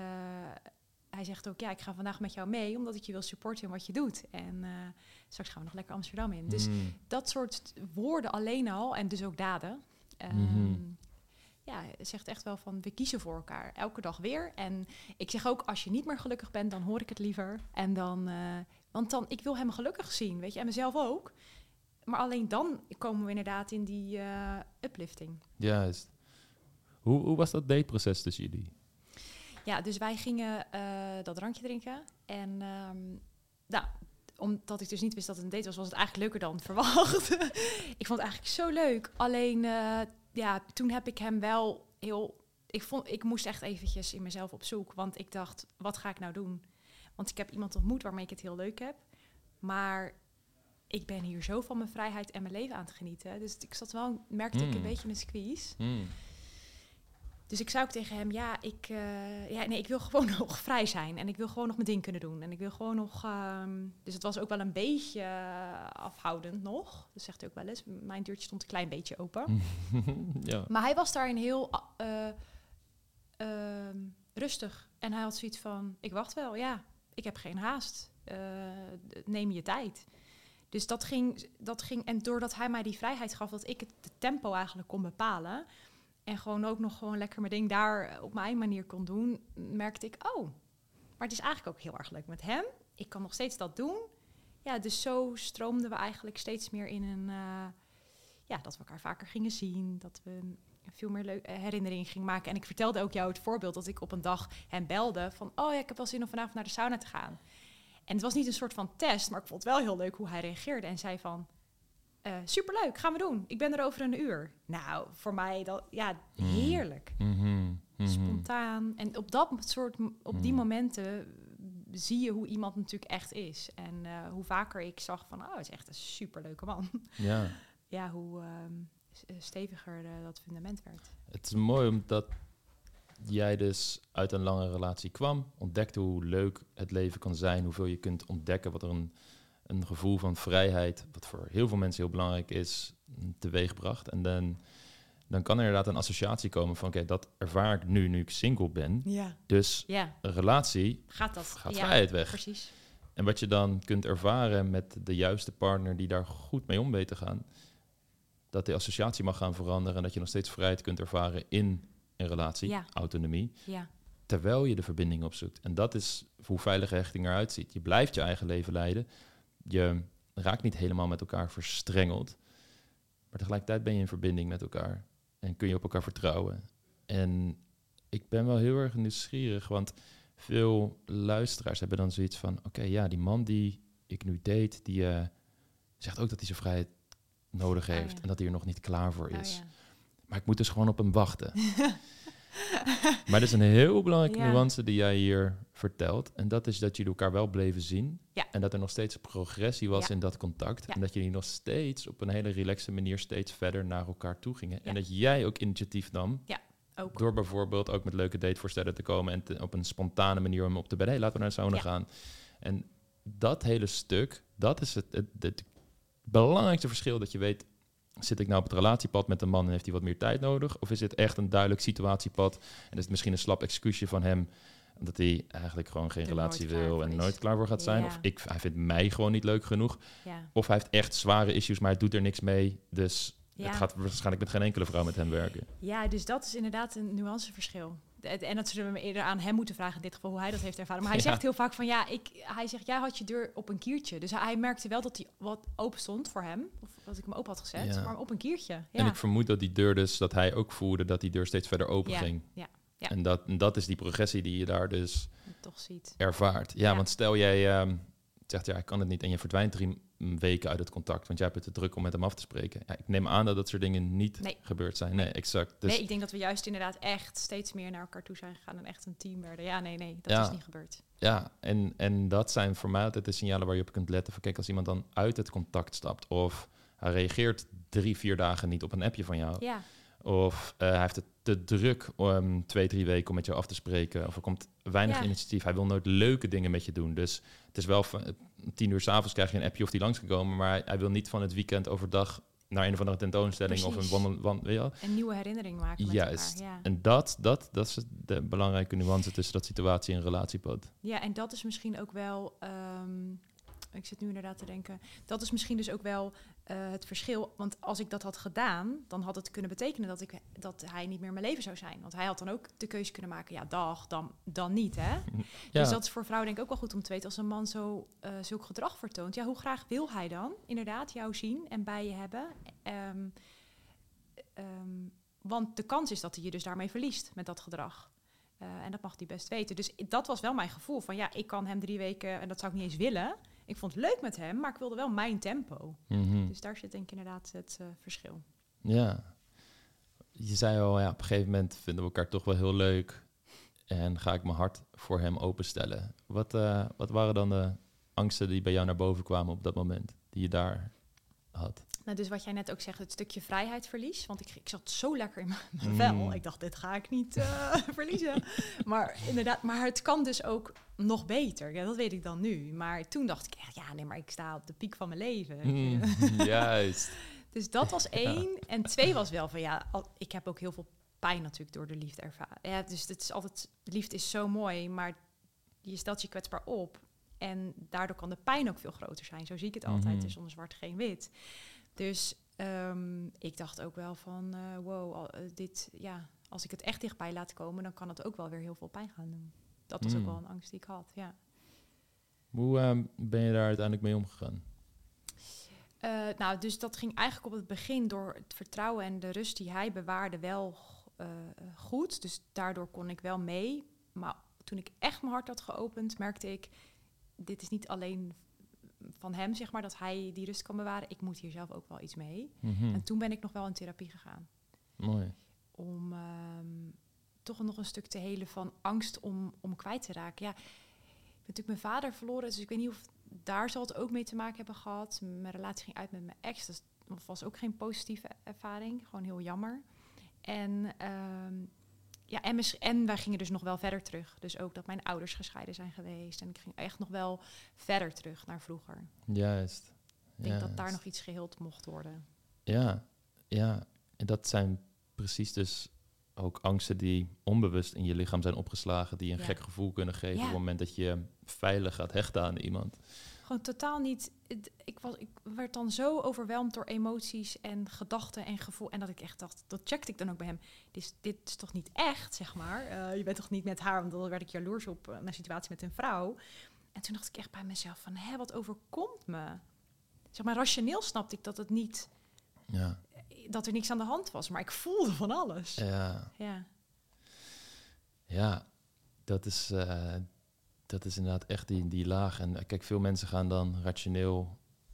hij zegt ook, ja, ik ga vandaag met jou mee, omdat ik je wil supporten in wat je doet. En uh, straks gaan we nog lekker Amsterdam in. Dus
mm.
dat soort woorden alleen al, en dus ook daden, um,
mm-hmm.
ja, zegt echt wel van, we kiezen voor elkaar, elke dag weer. En ik zeg ook, als je niet meer gelukkig bent, dan hoor ik het liever. En dan, uh, want dan, ik wil hem gelukkig zien, weet je, en mezelf ook. Maar alleen dan komen we inderdaad in die uh, uplifting.
Juist. Hoe, hoe was dat dateproces tussen jullie?
Ja, dus wij gingen uh, dat drankje drinken. En um, nou, omdat ik dus niet wist dat het een date was, was het eigenlijk leuker dan verwacht. Ik vond het eigenlijk zo leuk. Alleen, uh, ja, toen heb ik hem wel heel... Ik, vond, ik moest echt eventjes in mezelf op zoek. Want ik dacht, wat ga ik nou doen? Want ik heb iemand ontmoet waarmee ik het heel leuk heb. Maar ik ben hier zo van mijn vrijheid en mijn leven aan het genieten. Dus ik zat wel, merkte
Mm.
ik een beetje een squeeze.
Mm.
Dus ik zei ook tegen hem, ja, ik, uh, ja, nee, ik wil gewoon nog vrij zijn. En ik wil gewoon nog mijn ding kunnen doen. En ik wil gewoon nog... Um, dus het was ook wel een beetje uh, afhoudend nog. Dat zegt hij ook wel eens. Mijn deurtje stond een klein beetje open.
Ja.
Maar hij was daarin heel uh, uh, rustig. En hij had zoiets van, ik wacht wel, ja. Ik heb geen haast. Uh, neem je tijd. Dus dat ging, dat ging... En doordat hij mij die vrijheid gaf, dat ik het de tempo eigenlijk kon bepalen... En gewoon ook nog gewoon lekker mijn ding daar op mijn manier kon doen, merkte ik, oh, maar het is eigenlijk ook heel erg leuk met hem. Ik kan nog steeds dat doen. Ja, dus zo stroomden we eigenlijk steeds meer in een, uh, ja, dat we elkaar vaker gingen zien, dat we veel meer leuke herinneringen gingen maken. En ik vertelde ook jou het voorbeeld dat ik op een dag hem belde van, oh ja, ik heb wel zin om vanavond naar de sauna te gaan. En het was niet een soort van test, maar ik vond het wel heel leuk hoe hij reageerde en zei van, Uh, superleuk, gaan we doen. Ik ben er over een uur. Nou, voor mij, dat, ja, heerlijk.
Mm-hmm. Mm-hmm.
Spontaan. En op dat soort, op die momenten zie je hoe iemand natuurlijk echt is. En uh, hoe vaker ik zag van, oh, het is echt een superleuke man.
Ja.
Ja, hoe uh, steviger uh, dat fundament werd.
Het is mooi omdat jij dus uit een lange relatie kwam, ontdekte hoe leuk het leven kan zijn, hoeveel je kunt ontdekken, wat er een een gevoel van vrijheid, wat voor heel veel mensen heel belangrijk is, teweegbracht. En dan, dan kan er inderdaad een associatie komen van, oké, okay, dat ervaar ik nu, nu ik single ben.
Ja.
Dus
ja.
een relatie
gaat, dat,
gaat
ja,
vrijheid weg.
Precies.
En wat je dan kunt ervaren met de juiste partner die daar goed mee om weet te gaan, dat de associatie mag gaan veranderen en dat je nog steeds vrijheid kunt ervaren in een relatie,
ja.
autonomie.
Ja. Terwijl
je de verbinding opzoekt. En dat is hoe veilige hechting eruit ziet. Je blijft je eigen leven leiden. Je raakt niet helemaal met elkaar verstrengeld. Maar tegelijkertijd ben je in verbinding met elkaar. En kun je op elkaar vertrouwen. En ik ben wel heel erg nieuwsgierig. Want veel luisteraars hebben dan zoiets van, oké, okay, ja, die man die ik nu date, die uh, zegt ook dat hij zijn vrijheid nodig heeft. Oh, ja. En dat hij er nog niet klaar voor is. Oh, ja. Maar ik moet dus gewoon op hem wachten. Maar dat is een heel belangrijke ja. nuance die jij hier vertelt. En dat is dat jullie elkaar wel bleven zien.
Ja.
En dat er nog steeds progressie was ja. in dat contact. Ja. En dat jullie nog steeds op een hele relaxe manier steeds verder naar elkaar toe gingen. Ja. En dat jij ook initiatief nam.
Ja, ook.
Door bijvoorbeeld ook met leuke datevoorstellen te komen. En te, op een spontane manier om op te bellen. Hey, laten we naar de sauna ja. gaan. En dat hele stuk, dat is het, het, het, het belangrijkste verschil dat je weet. Zit ik nou op het relatiepad met een man en heeft hij wat meer tijd nodig? Of is dit echt een duidelijk situatiepad? En is het misschien een slap excuusje van hem, dat hij eigenlijk gewoon geen
er
relatie wil en
is.
nooit klaar voor gaat zijn?
Ja.
Of ik, hij vindt mij gewoon niet leuk genoeg.
Ja.
Of hij heeft echt zware issues, maar hij doet er niks mee. Dus ja. het gaat waarschijnlijk met geen enkele vrouw met hem werken.
Ja, dus dat is inderdaad een nuanceverschil. En dat zullen we eerder aan hem moeten vragen, in dit geval, hoe hij dat heeft ervaren. Maar hij ja. zegt heel vaak van, ja, ik, hij zegt, jij had je deur op een kiertje. Dus hij merkte wel dat hij wat open stond voor hem. Of dat ik hem open had gezet, ja. maar op een kiertje. Ja.
En ik vermoed dat die deur dus, dat hij ook voelde dat die deur steeds verder open
ja.
ging.
Ja. Ja.
En, dat, en dat is die progressie die je daar dus
toch ziet.
ervaart. Ja, ja, want stel jij um, zegt, ja, ik kan het niet en je verdwijnt drie weken uit het contact, want jij hebt het te druk om met hem af te spreken. Ja, ik neem aan dat dat soort dingen niet
nee.
gebeurd zijn. Nee, exact. Dus
nee, ik denk dat we juist inderdaad echt steeds meer naar elkaar toe zijn gegaan en echt een team werden. Ja, nee, nee, dat
ja.
is niet gebeurd.
Ja, en, en dat zijn voor mij altijd de signalen waar je op kunt letten. Van, kijk, als iemand dan uit het contact stapt of hij reageert drie, vier dagen niet op een appje van jou.
Ja.
Of uh, hij heeft het te druk om twee, drie weken om met jou af te spreken. Of er komt weinig ja. initiatief. Hij wil nooit leuke dingen met je doen. Dus het is wel van tien uur 's avonds krijg je een appje of die langsgekomen. Maar hij, hij wil niet van het weekend overdag naar een of andere tentoonstelling. Precies. Of een wandel, wand, weet je wel?
Een nieuwe herinnering maken met
Juist.
elkaar. Ja.
En dat, dat, dat is de belangrijke nuance tussen dat situatie en relatiepad.
Ja, en dat is misschien ook wel... Um, ik zit nu inderdaad te denken... Dat is misschien dus ook wel uh, het verschil. Want als ik dat had gedaan, dan had het kunnen betekenen dat, ik, dat hij niet meer in mijn leven zou zijn. Want hij had dan ook de keuze kunnen maken. Ja, dag, dan, dan niet, hè? Ja. Dus dat is voor vrouwen denk ik ook wel goed om te weten. Als een man zo uh, zulk gedrag vertoont. Ja, hoe graag wil hij dan inderdaad jou zien en bij je hebben? Um, um, want de kans is dat hij je dus daarmee verliest met dat gedrag. Uh, en dat mag hij best weten. Dus dat was wel mijn gevoel van ja, ik kan hem drie weken... en dat zou ik niet eens willen... Ik vond het leuk met hem, maar ik wilde wel mijn tempo.
Mm-hmm.
Dus daar zit denk ik inderdaad het uh, verschil.
Ja. Je zei al, ja, op een gegeven moment vinden we elkaar toch wel heel leuk. En ga ik mijn hart voor hem openstellen. Wat, uh, wat waren dan de angsten die bij jou naar boven kwamen op dat moment, die je daar had?
Nou, dus wat jij net ook zegt, het stukje vrijheidsverlies. Want ik, ik zat zo lekker in mijn vel. Mm. Ik dacht, dit ga ik niet uh, verliezen. Maar inderdaad, maar het kan dus ook nog beter. Ja, dat weet ik dan nu. Maar toen dacht ik echt, ja, nee, maar ik sta op de piek van mijn leven.
Mm, juist.
Dus dat was één. Ja. En twee was wel van, ja, al, ik heb ook heel veel pijn natuurlijk door de liefde ervaren. Ja, dus het is altijd, liefde is zo mooi, maar je stelt je kwetsbaar op. En daardoor kan de pijn ook veel groter zijn. Zo zie ik het altijd. Mm-hmm. Het is zonder zwart geen wit. Dus um, ik dacht ook wel van, uh, wow, al, uh, dit, ja, als ik het echt dichtbij laat komen, dan kan het ook wel weer heel veel pijn gaan doen. Dat was mm. ook wel een angst die ik had, ja.
Hoe uh, ben je daar uiteindelijk mee omgegaan?
Uh, nou, dus dat ging eigenlijk op het begin door het vertrouwen en de rust die hij bewaarde wel uh, goed. Dus daardoor kon ik wel mee. Maar toen ik echt mijn hart had geopend, merkte ik, dit is niet alleen van hem, zeg maar, dat hij die rust kan bewaren. Ik moet hier zelf ook wel iets mee. Mm-hmm. En toen ben ik nog wel in therapie gegaan.
Mooi.
Om um, toch nog een stuk te helen van angst om, om kwijt te raken. Ja, ik ben natuurlijk mijn vader verloren, dus ik weet niet of daar zal het ook mee te maken hebben gehad. Mijn relatie ging uit met mijn ex. Dat was ook geen positieve ervaring. Gewoon heel jammer. En, um, ja, en, mis- en wij gingen dus nog wel verder terug. Dus ook dat mijn ouders gescheiden zijn geweest. En ik ging echt nog wel verder terug naar vroeger.
Juist.
Ik denk
Juist.
dat daar nog iets geheeld mocht worden.
Ja, ja. En dat zijn precies dus ook angsten die onbewust in je lichaam zijn opgeslagen, die een ja. gek gevoel kunnen geven ja. op het moment dat je veilig gaat hechten aan iemand.
Gewoon totaal niet. Ik, was, ik werd dan zo overweldigd door emoties en gedachten en gevoel. En dat ik echt dacht, dat checkte ik dan ook bij hem. Dit is, dit is toch niet echt, zeg maar. Uh, je bent toch niet met haar, want dan werd ik jaloers op uh, mijn situatie met een vrouw. En toen dacht ik echt bij mezelf van, hé, wat overkomt me? Zeg maar, rationeel snapte ik dat het niet...
Ja.
Dat er niks aan de hand was, maar ik voelde van alles.
Ja,
ja.
ja dat, is, uh, dat is inderdaad echt die, die laag. En kijk, veel mensen gaan dan rationeel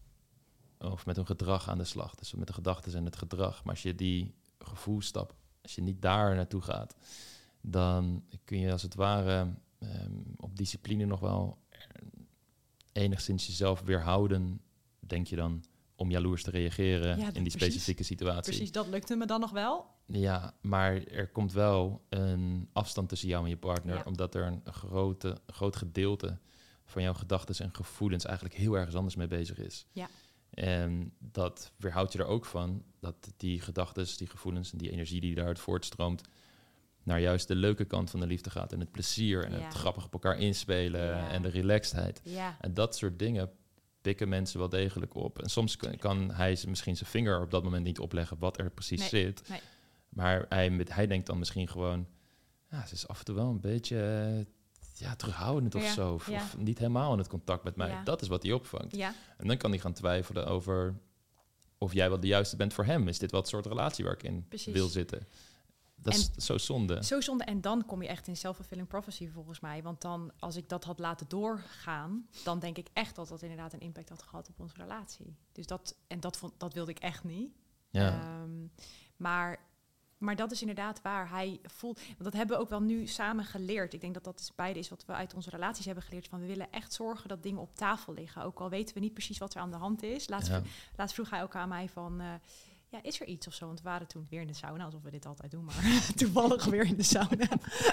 of met hun gedrag aan de slag. Dus met de gedachten en het gedrag. Maar als je die gevoelstap, als je niet daar naartoe gaat, dan kun je als het ware um, op discipline nog wel enigszins jezelf weerhouden, denk je dan, om jaloers te reageren ja, in die precies, specifieke situatie.
Precies, dat lukte me dan nog wel.
Ja, maar er komt wel een afstand tussen jou en je partner, ja. omdat er een grote, groot gedeelte van jouw gedachten en gevoelens eigenlijk heel ergens anders mee bezig is.
Ja.
En dat weerhoudt je er ook van, dat die gedachten, die gevoelens en die energie die daaruit voortstroomt, naar juist de leuke kant van de liefde gaat en het plezier en ja. het grappig op elkaar inspelen ja. en de relaxedheid.
Ja.
En dat soort dingen pikken mensen wel degelijk op. En soms kan, kan hij misschien zijn vinger op dat moment niet opleggen wat er precies
nee,
zit.
Nee.
Maar hij, met, hij denkt dan misschien gewoon, ja, ze is af en toe wel een beetje uh, ja, terughoudend of
ja,
zo. Of,
ja.
of niet helemaal in het contact met mij.
Ja.
Dat is wat hij opvangt.
Ja.
En dan kan hij gaan twijfelen over of jij wel de juiste bent voor hem. Is dit wel het soort relatie waar ik in Precies. wil zitten? Dat is en zo zonde.
Zo zonde. En dan kom je echt in self-fulfilling prophecy volgens mij. Want dan, als ik dat had laten doorgaan, dan denk ik echt dat dat inderdaad een impact had gehad op onze relatie. Dus dat, en dat, vond, dat wilde ik echt niet.
Ja.
Um, maar, maar dat is inderdaad waar. Hij voelt, want dat hebben we ook wel nu samen geleerd. Ik denk dat dat beide is wat we uit onze relaties hebben geleerd. Van we willen echt zorgen dat dingen op tafel liggen. Ook al weten we niet precies wat er aan de hand is. Laatst, ja. laatst vroeg hij ook aan mij van... Uh, ja, is er iets of zo? Want we waren toen weer in de sauna, alsof we dit altijd doen, maar toevallig weer in de sauna.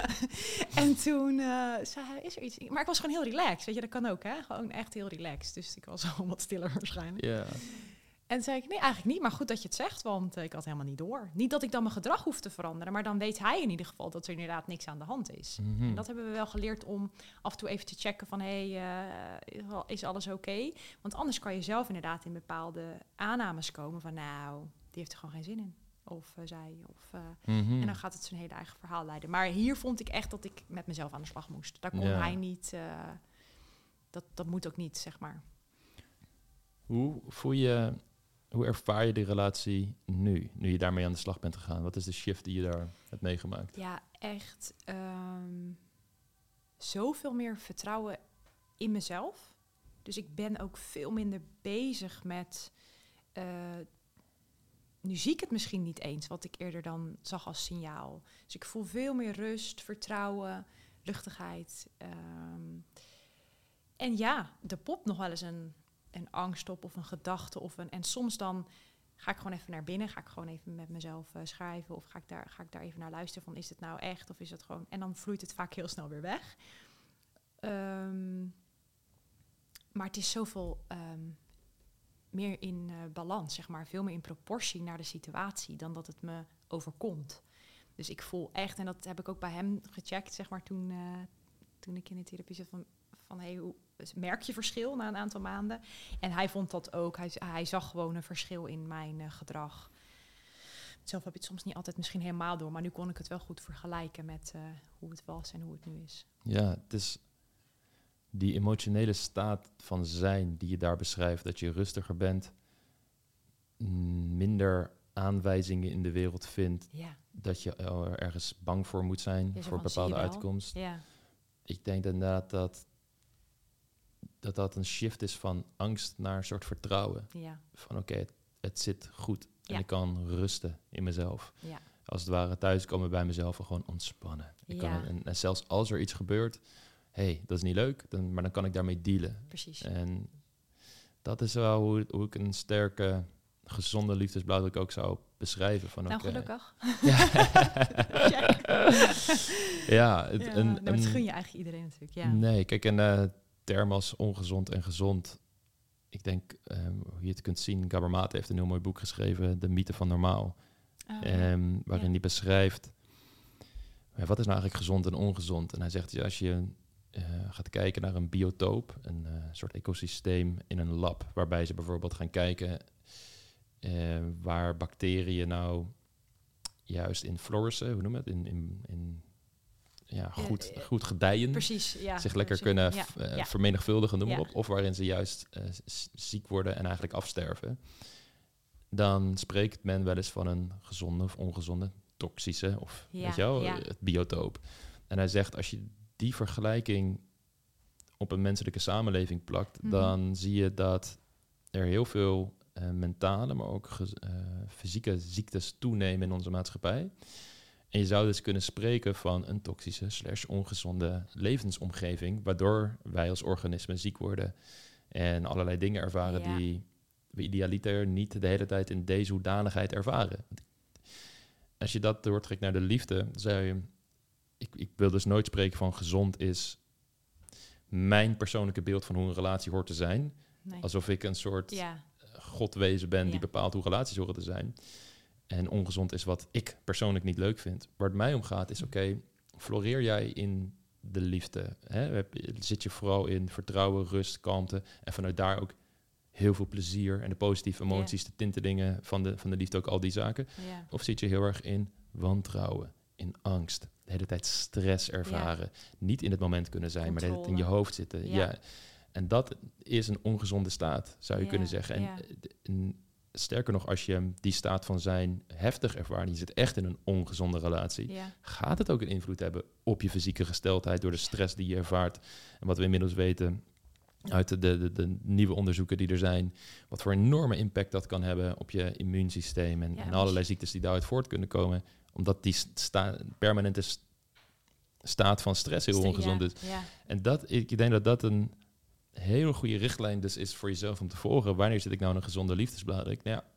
En toen uh, zei hij, is er iets? Maar ik was gewoon heel relaxed, weet je, dat kan ook, hè? Gewoon echt heel relaxed. Dus ik was al wat stiller waarschijnlijk.
Yeah.
En toen zei ik, nee, eigenlijk niet, maar goed dat je het zegt, want uh, ik had helemaal niet door. Niet dat ik dan mijn gedrag hoef te veranderen, maar dan weet hij in ieder geval dat er inderdaad niks aan de hand is. Mm-hmm. En dat hebben we wel geleerd om af en toe even te checken van, hé, hey, uh, is alles oké? Okay? Want anders kan je zelf inderdaad in bepaalde aannames komen van, nou... die heeft er gewoon geen zin in. Of uh, zij. Of, uh, mm-hmm. En dan gaat het zijn hele eigen verhaal leiden. Maar hier vond ik echt dat ik met mezelf aan de slag moest. Daar kon ja. hij niet... Uh, dat, dat moet ook niet, zeg maar.
Hoe voel je... Hoe ervaar je die relatie nu? Nu je daarmee aan de slag bent gegaan. Wat is de shift die je daar hebt meegemaakt?
Ja, echt... Um, zoveel meer vertrouwen in mezelf. Dus ik ben ook veel minder bezig met... Uh, Nu zie ik het misschien niet eens, wat ik eerder dan zag als signaal. Dus ik voel veel meer rust, vertrouwen, luchtigheid. Um, en ja, er popt nog wel eens een, een angst op of een gedachte. Of een, en soms dan ga ik gewoon even naar binnen. Ga ik gewoon even met mezelf uh, schrijven. Of ga ik, daar, ga ik daar even naar luisteren van, is het nou echt? Of is het gewoon... En dan vloeit het vaak heel snel weer weg. Um, maar het is zoveel um, meer in uh, balans, zeg maar. Veel meer in proportie naar de situatie dan dat het me overkomt. Dus ik voel echt, en dat heb ik ook bij hem gecheckt, zeg maar, toen, uh, toen ik in de therapie zat van, van hey, hoe merk je verschil na een aantal maanden? En hij vond dat ook. Hij, hij zag gewoon een verschil in mijn uh, gedrag. Zelf heb ik het soms niet altijd misschien helemaal door, maar nu kon ik het wel goed vergelijken met uh, hoe het was en hoe het nu is.
Ja, het is die emotionele staat van zijn die je daar beschrijft, dat je rustiger bent, minder aanwijzingen in de wereld vindt,
ja.
dat je er ergens bang voor moet zijn,
ja,
voor een bepaalde uitkomst.
Ja.
Ik denk inderdaad dat, dat dat een shift is van angst naar een soort vertrouwen.
Ja.
Van oké, okay, het, het zit goed en
ja.
ik kan rusten in mezelf.
Ja.
Als het ware thuiskomen bij mezelf en gewoon ontspannen. Ik
ja.
kan, en, en zelfs als er iets gebeurt, hé, hey, dat is niet leuk, dan, maar dan kan ik daarmee dealen.
Precies.
En dat is wel hoe, hoe ik een sterke, gezonde liefdesblauwdruk ook zou beschrijven. Van,
nou,
okay.
gelukkig.
Ja, ja, het,
ja
een,
nou, dat
een,
gun je eigenlijk iedereen natuurlijk. Ja.
Nee, kijk, een uh, term als ongezond en gezond. Ik denk, um, hoe je het kunt zien, Gabor Mate heeft een heel mooi boek geschreven, De Mythe van Normaal.
Oh,
um, waarin
ja.
hij beschrijft, ja, wat is nou eigenlijk gezond en ongezond? En hij zegt, ja, als je uh, gaat kijken naar een biotoop, een uh, soort ecosysteem in een lab, waarbij ze bijvoorbeeld gaan kijken uh, waar bacteriën nou juist in flourishen, hoe noem je het, in, in, in ja, goed, uh, uh, goed gedijen,
precies, ja,
zich lekker
precies.
kunnen
ja,
f- uh,
ja.
vermenigvuldigen, noem maar
ja.
op, of waarin ze juist uh, ziek worden en eigenlijk afsterven, dan spreekt men wel eens van een gezonde of ongezonde, toxische of
ja,
weet je wel,
ja.
het biotoop. En hij zegt, als je die vergelijking op een menselijke samenleving plakt, mm-hmm. dan zie je dat er heel veel uh, mentale, maar ook ge- uh, fysieke ziektes toenemen in onze maatschappij. En je zou dus kunnen spreken van een toxische slash ongezonde levensomgeving, waardoor wij als organismen ziek worden en allerlei dingen ervaren ja. die we idealiter niet de hele tijd in deze hoedanigheid ervaren. Als je dat doortrekt naar de liefde, zou je... Ik, ik wil dus nooit spreken van gezond is mijn persoonlijke beeld van hoe een relatie hoort te zijn. Nee. Alsof ik een soort ja. godwezen ben ja. die bepaalt hoe relaties horen te zijn. En ongezond is wat ik persoonlijk niet leuk vind. Waar het mij om gaat is, oké, okay, floreer jij in de liefde? Hè? Zit je vooral in vertrouwen, rust, kalmte en vanuit daar ook heel veel plezier en de positieve emoties, yeah. de tintelingen van de, van de liefde, ook al die zaken? Yeah. Of zit je heel erg in wantrouwen, in angst, de hele tijd stress ervaren, yeah. niet in het moment kunnen zijn, Controle. maar de hele tijd in je hoofd zitten? Yeah. Ja. En dat is een ongezonde staat, zou je yeah. kunnen zeggen. En, yeah. en sterker nog, als je die staat van zijn heftig ervaart, je zit echt in een ongezonde relatie, yeah. gaat het ook een invloed hebben op je fysieke gesteldheid door de stress die je ervaart. En wat we inmiddels weten uit de, de, de nieuwe onderzoeken die er zijn, wat voor enorme impact dat kan hebben op je immuunsysteem en, ja, en allerlei ziektes die daaruit voort kunnen komen, omdat die sta, permanente st- staat van stress heel ongezond is. Ja, ja. En dat, ik denk dat dat een hele goede richtlijn dus is voor jezelf om te volgen. Wanneer zit ik nou in een gezonde liefdesblauwdruk? Nou ja,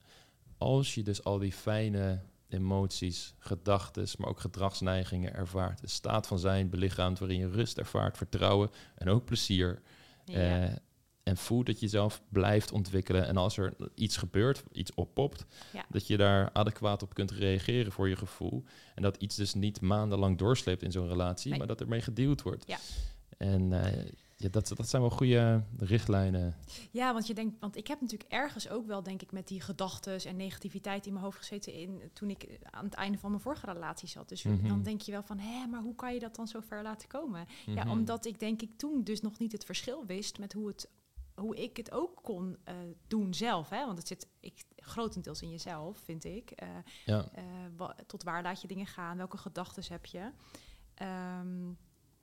als je dus al die fijne emoties, gedachten, maar ook gedragsneigingen ervaart, een staat van zijn belichaamt waarin je rust ervaart, vertrouwen en ook plezier. Ja. Uh, en voel dat je jezelf blijft ontwikkelen. En als er iets gebeurt, iets oppopt, ja. dat je daar adequaat op kunt reageren voor je gevoel. En dat iets dus niet maandenlang doorsleept in zo'n relatie, nee. maar dat ermee gedeeld wordt. Ja. En uh, ja, dat, dat zijn wel goede richtlijnen.
Ja, want je denkt, want ik heb natuurlijk ergens ook wel, denk ik, met die gedachtes en negativiteit in mijn hoofd gezeten in, toen ik aan het einde van mijn vorige relatie zat. Dus mm-hmm. dan denk je wel van, hé, maar hoe kan je dat dan zo ver laten komen? Mm-hmm. Ja, omdat ik denk ik toen dus nog niet het verschil wist met hoe het, hoe ik het ook kon uh, doen zelf. Hè? Want het zit ik, grotendeels in jezelf, vind ik. Uh, ja. uh, wa- tot waar laat je dingen gaan? Welke gedachtes heb je? Um,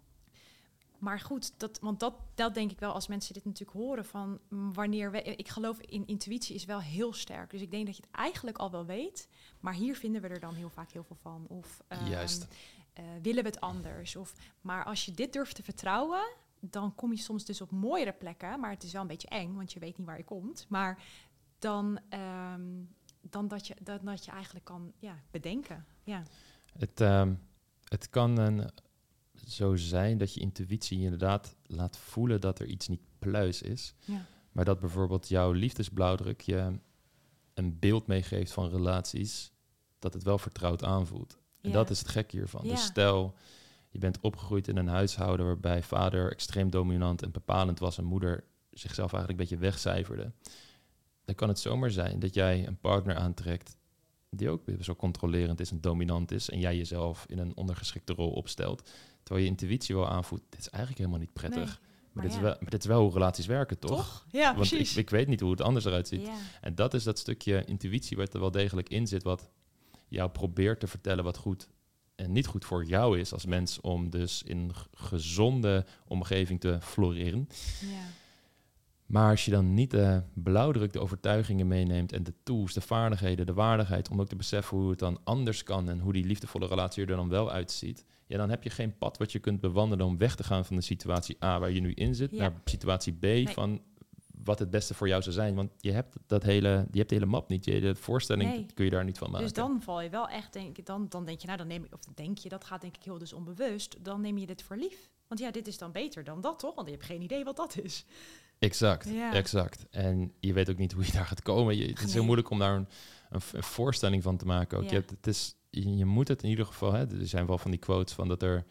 Maar goed, dat, want dat, dat denk ik wel als mensen dit natuurlijk horen van wanneer we... Ik geloof in intuïtie is wel heel sterk. Dus ik denk dat je het eigenlijk al wel weet. Maar hier vinden we er dan heel vaak heel veel van. Of um,
Juist.
Uh, willen we het anders? Of, maar als je dit durft te vertrouwen, dan kom je soms dus op mooiere plekken, maar het is wel een beetje eng, want je weet niet waar je komt. Maar dan, um, dan, dat, je, dan dat je eigenlijk kan ja, bedenken. Ja.
Het, um, het kan een, zo zijn dat je intuïtie inderdaad laat voelen dat er iets niet pluis is.
Ja.
Maar dat bijvoorbeeld jouw liefdesblauwdruk je een beeld meegeeft van relaties, dat het wel vertrouwd aanvoelt. En
Ja.
dat is het gekke hiervan.
Ja.
Dus stel, je bent opgegroeid in een huishouden waarbij vader extreem dominant en bepalend was en moeder zichzelf eigenlijk een beetje wegcijferde. Dan kan het zomaar zijn dat jij een partner aantrekt die ook zo controlerend is en dominant is en jij jezelf in een ondergeschikte rol opstelt. Terwijl je intuïtie wel aanvoelt, dit is eigenlijk helemaal niet prettig.
Nee,
maar
maar
dit,
ja.
is wel, maar dit is wel hoe relaties werken, toch?
Toch? Ja,
Want
precies.
ik, ik weet niet hoe het anders eruit ziet.
Ja.
En dat is dat stukje intuïtie wat er wel degelijk in zit, wat jou probeert te vertellen wat goed en niet goed voor jou is als mens, om dus in een gezonde omgeving te floreren.
Ja.
Maar als je dan niet de blauwdruk, de overtuigingen meeneemt en de tools, de vaardigheden, de waardigheid, om ook te beseffen hoe het dan anders kan en hoe die liefdevolle relatie er dan wel uitziet, ja, dan heb je geen pad wat je kunt bewandelen om weg te gaan van de situatie A waar je nu in zit,
Ja.
naar situatie B
Nee.
van wat het beste voor jou zou zijn. Want je hebt dat hele, je hebt de hele map niet, je hele voorstelling
Nee.
kun je daar niet van maken.
Dus dan val je wel echt, denk ik, dan, dan denk je, nou, dan neem ik, of dan denk je, dat gaat denk ik heel dus onbewust, dan neem je dit voor lief. Want ja, dit is dan beter dan dat, toch? Want je hebt geen idee wat dat is.
Exact,
Ja.
exact. En je weet ook niet hoe je daar gaat komen. Je, het is
Nee.
heel moeilijk om daar een, een, een voorstelling van te maken. Ook.
Ja.
Je, hebt, het is, je, je moet het in ieder geval... Hè, er zijn wel van die quotes van dat er,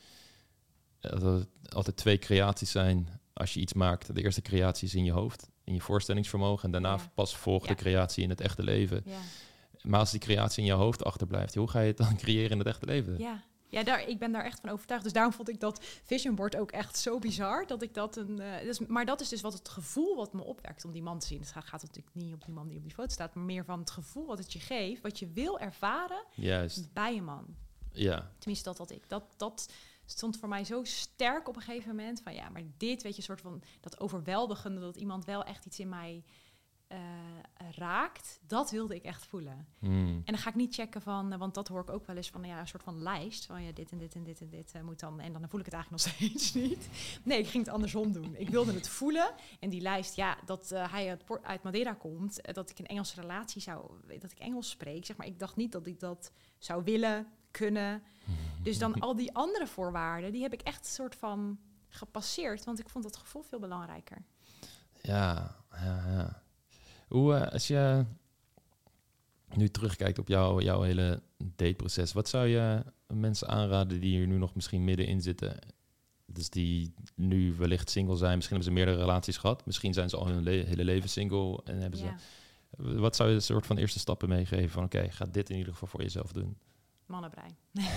dat er altijd twee creaties zijn als je iets maakt. De eerste creatie is in je hoofd, in je voorstellingsvermogen. En daarna
Ja.
pas volgt
Ja.
de creatie in het echte leven.
Ja.
Maar als die creatie in je hoofd achterblijft, hoe ga je het dan creëren in het echte leven?
Ja, ja daar, ik ben daar echt van overtuigd. Dus daarom vond ik dat vision board ook echt zo bizar. Dat ik dat een. Uh, dus, maar dat is dus wat het gevoel wat me opwekt om die man te zien. Het gaat, gaat natuurlijk niet op die man die op die foto staat, maar meer van het gevoel wat het je geeft, wat je wil ervaren
Juist,
bij een man.
ja.
Tenminste, dat had ik. Dat, dat stond voor mij zo sterk op een gegeven moment. Van ja, maar dit, weet je, soort van dat overweldigende, dat iemand wel echt iets in mij uh, raakt. Dat wilde ik echt voelen.
Hmm.
En dan ga ik niet checken van, uh, want dat hoor ik ook wel eens van, ja, een soort van lijst. Van ja, dit en dit en dit en dit uh, moet dan. En dan voel ik het eigenlijk nog steeds niet. Nee, ik ging het andersom doen. Ik wilde het voelen. En die lijst, ja, dat uh, hij uit, Port- uit Madeira komt, uh, dat ik een Engelse relatie zou, dat ik Engels spreek, zeg maar. Ik dacht niet dat ik dat zou willen, kunnen. Dus dan al die andere voorwaarden, die heb ik echt een soort van gepasseerd. Want ik vond dat gevoel veel belangrijker.
Ja, ja, ja. Hoe, uh, als je nu terugkijkt op jouw, jouw hele dateproces, wat zou je mensen aanraden die hier nu nog misschien middenin zitten? Dus die nu wellicht single zijn, misschien hebben ze meerdere relaties gehad, misschien zijn ze al hun le- hele leven single en hebben
Ja.
ze. Wat zou je een soort van eerste stappen meegeven van oké, okay, ga dit in ieder geval voor jezelf doen?
Mannenbrein.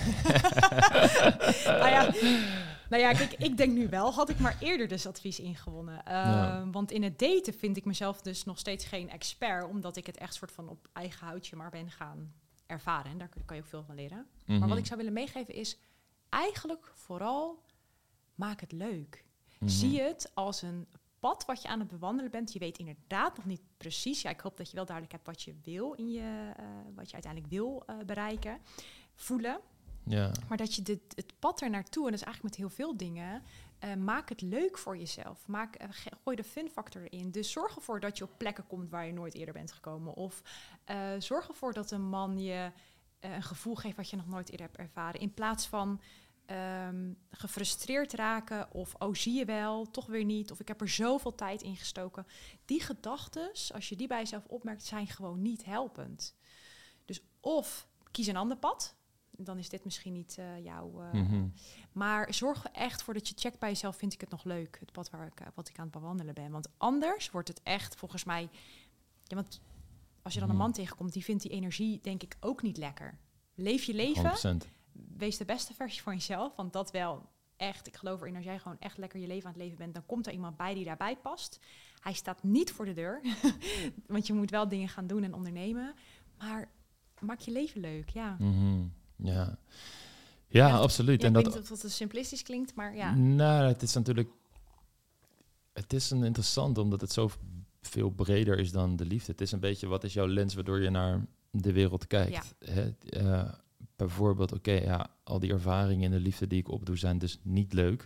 nou, ja, nou ja, kijk, ik denk nu wel, had ik maar eerder dus advies ingewonnen. Uh,
Ja.
Want in het daten vind ik mezelf dus nog steeds geen expert, omdat ik het echt soort van op eigen houtje maar ben gaan ervaren. En daar kun- kan je ook veel van leren.
Mm-hmm.
Maar wat ik zou willen meegeven is eigenlijk vooral, maak het leuk.
Mm-hmm.
Zie het als een pad wat je aan het bewandelen bent. Je weet inderdaad nog niet precies. Ja, ik hoop dat je wel duidelijk hebt wat je wil in je, uh, wat je uiteindelijk wil uh, bereiken, voelen.
Ja.
Maar dat je dit, het pad er naartoe, en dat is eigenlijk met heel veel dingen, uh, maak het leuk voor jezelf. Maak, uh, ge- gooi de fun factor erin. Dus zorg ervoor dat je op plekken komt waar je nooit eerder bent gekomen. Of uh, zorg ervoor dat een man je uh, een gevoel geeft wat je nog nooit eerder hebt ervaren. In plaats van Um, gefrustreerd raken of oh, zie je wel, toch weer niet, of ik heb er zoveel tijd in gestoken. Die gedachtes, als je die bij jezelf opmerkt, zijn gewoon niet helpend. Dus of kies een ander pad, dan is dit misschien niet uh, jouw... Uh,
Mm-hmm.
Maar zorg er echt voor dat je checkt bij jezelf, vind ik het nog leuk, het pad waar ik, uh, wat ik aan het bewandelen ben. Want anders wordt het echt volgens mij... Ja, want als je dan een man tegenkomt, die vindt die energie denk ik ook niet lekker. Leef je leven...
honderd procent.
Wees de beste versie van jezelf, want dat wel echt, ik geloof erin, als jij gewoon echt lekker je leven aan het leven bent, dan komt er iemand bij die daarbij past. Hij staat niet voor de deur, want je moet wel dingen gaan doen en ondernemen, maar maak je leven leuk, ja.
Mm-hmm. Ja. Ja,
ja,
absoluut.
Ja,
en
ik
dat,
weet niet of dat simplistisch klinkt, maar ja.
Nou, het is natuurlijk... Het is een interessant, omdat het zo veel breder is dan de liefde. Het is een beetje, wat is jouw lens waardoor je naar de wereld kijkt?
Ja.
Hè? Uh, bijvoorbeeld, oké, okay, ja, al die ervaringen in de liefde die ik opdoe zijn dus niet leuk.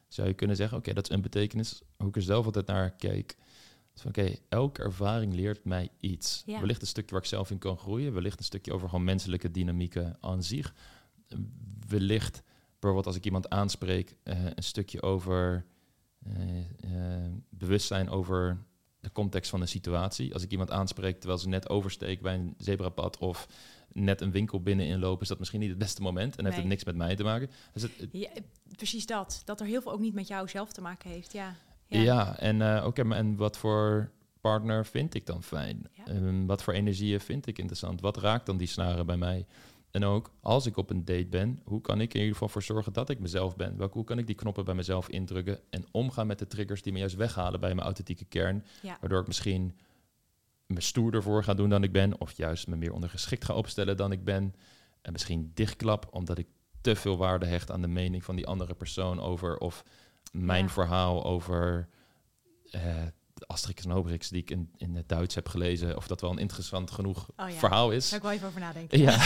zou je kunnen zeggen, oké, okay, dat is een betekenis. Hoe ik er zelf altijd naar keek. Oké, okay, elke ervaring leert mij iets. Ja. Wellicht een stukje waar ik zelf in kan groeien. Wellicht een stukje over gewoon menselijke dynamieken aan zich. Wellicht, bijvoorbeeld als ik iemand aanspreek, uh, een stukje over uh, uh, bewustzijn over de context van een situatie. Als ik iemand aanspreek terwijl ze net oversteken bij een zebrapad of net een winkel binnen inlopen, is dat misschien niet het beste moment en nee. heeft het niks met mij te maken. Dus het, het
ja, precies dat. Dat er heel veel ook niet met jou zelf te maken heeft, ja.
Ja, ja en uh, oké, okay, maar en wat voor partner vind ik dan fijn? Ja. Um, wat voor energieën vind ik interessant? Wat raakt dan die snaren bij mij? En ook, als ik op een date ben, hoe kan ik in ieder geval voor zorgen dat ik mezelf ben? Welke, hoe kan ik die knoppen bij mezelf indrukken en omgaan met de triggers die me juist weghalen bij mijn authentieke kern? Ja. Waardoor ik misschien me stoerder voor ga doen dan ik ben, of juist me meer ondergeschikt ga opstellen dan ik ben. En misschien dichtklap, omdat ik te veel waarde hecht aan de mening van die andere persoon over, of mijn ja. verhaal over uh, Asterix en Obelix die ik in, in het Duits heb gelezen, of dat wel een interessant genoeg oh ja. verhaal is.
Daar ik wel even over nadenken.
Ja.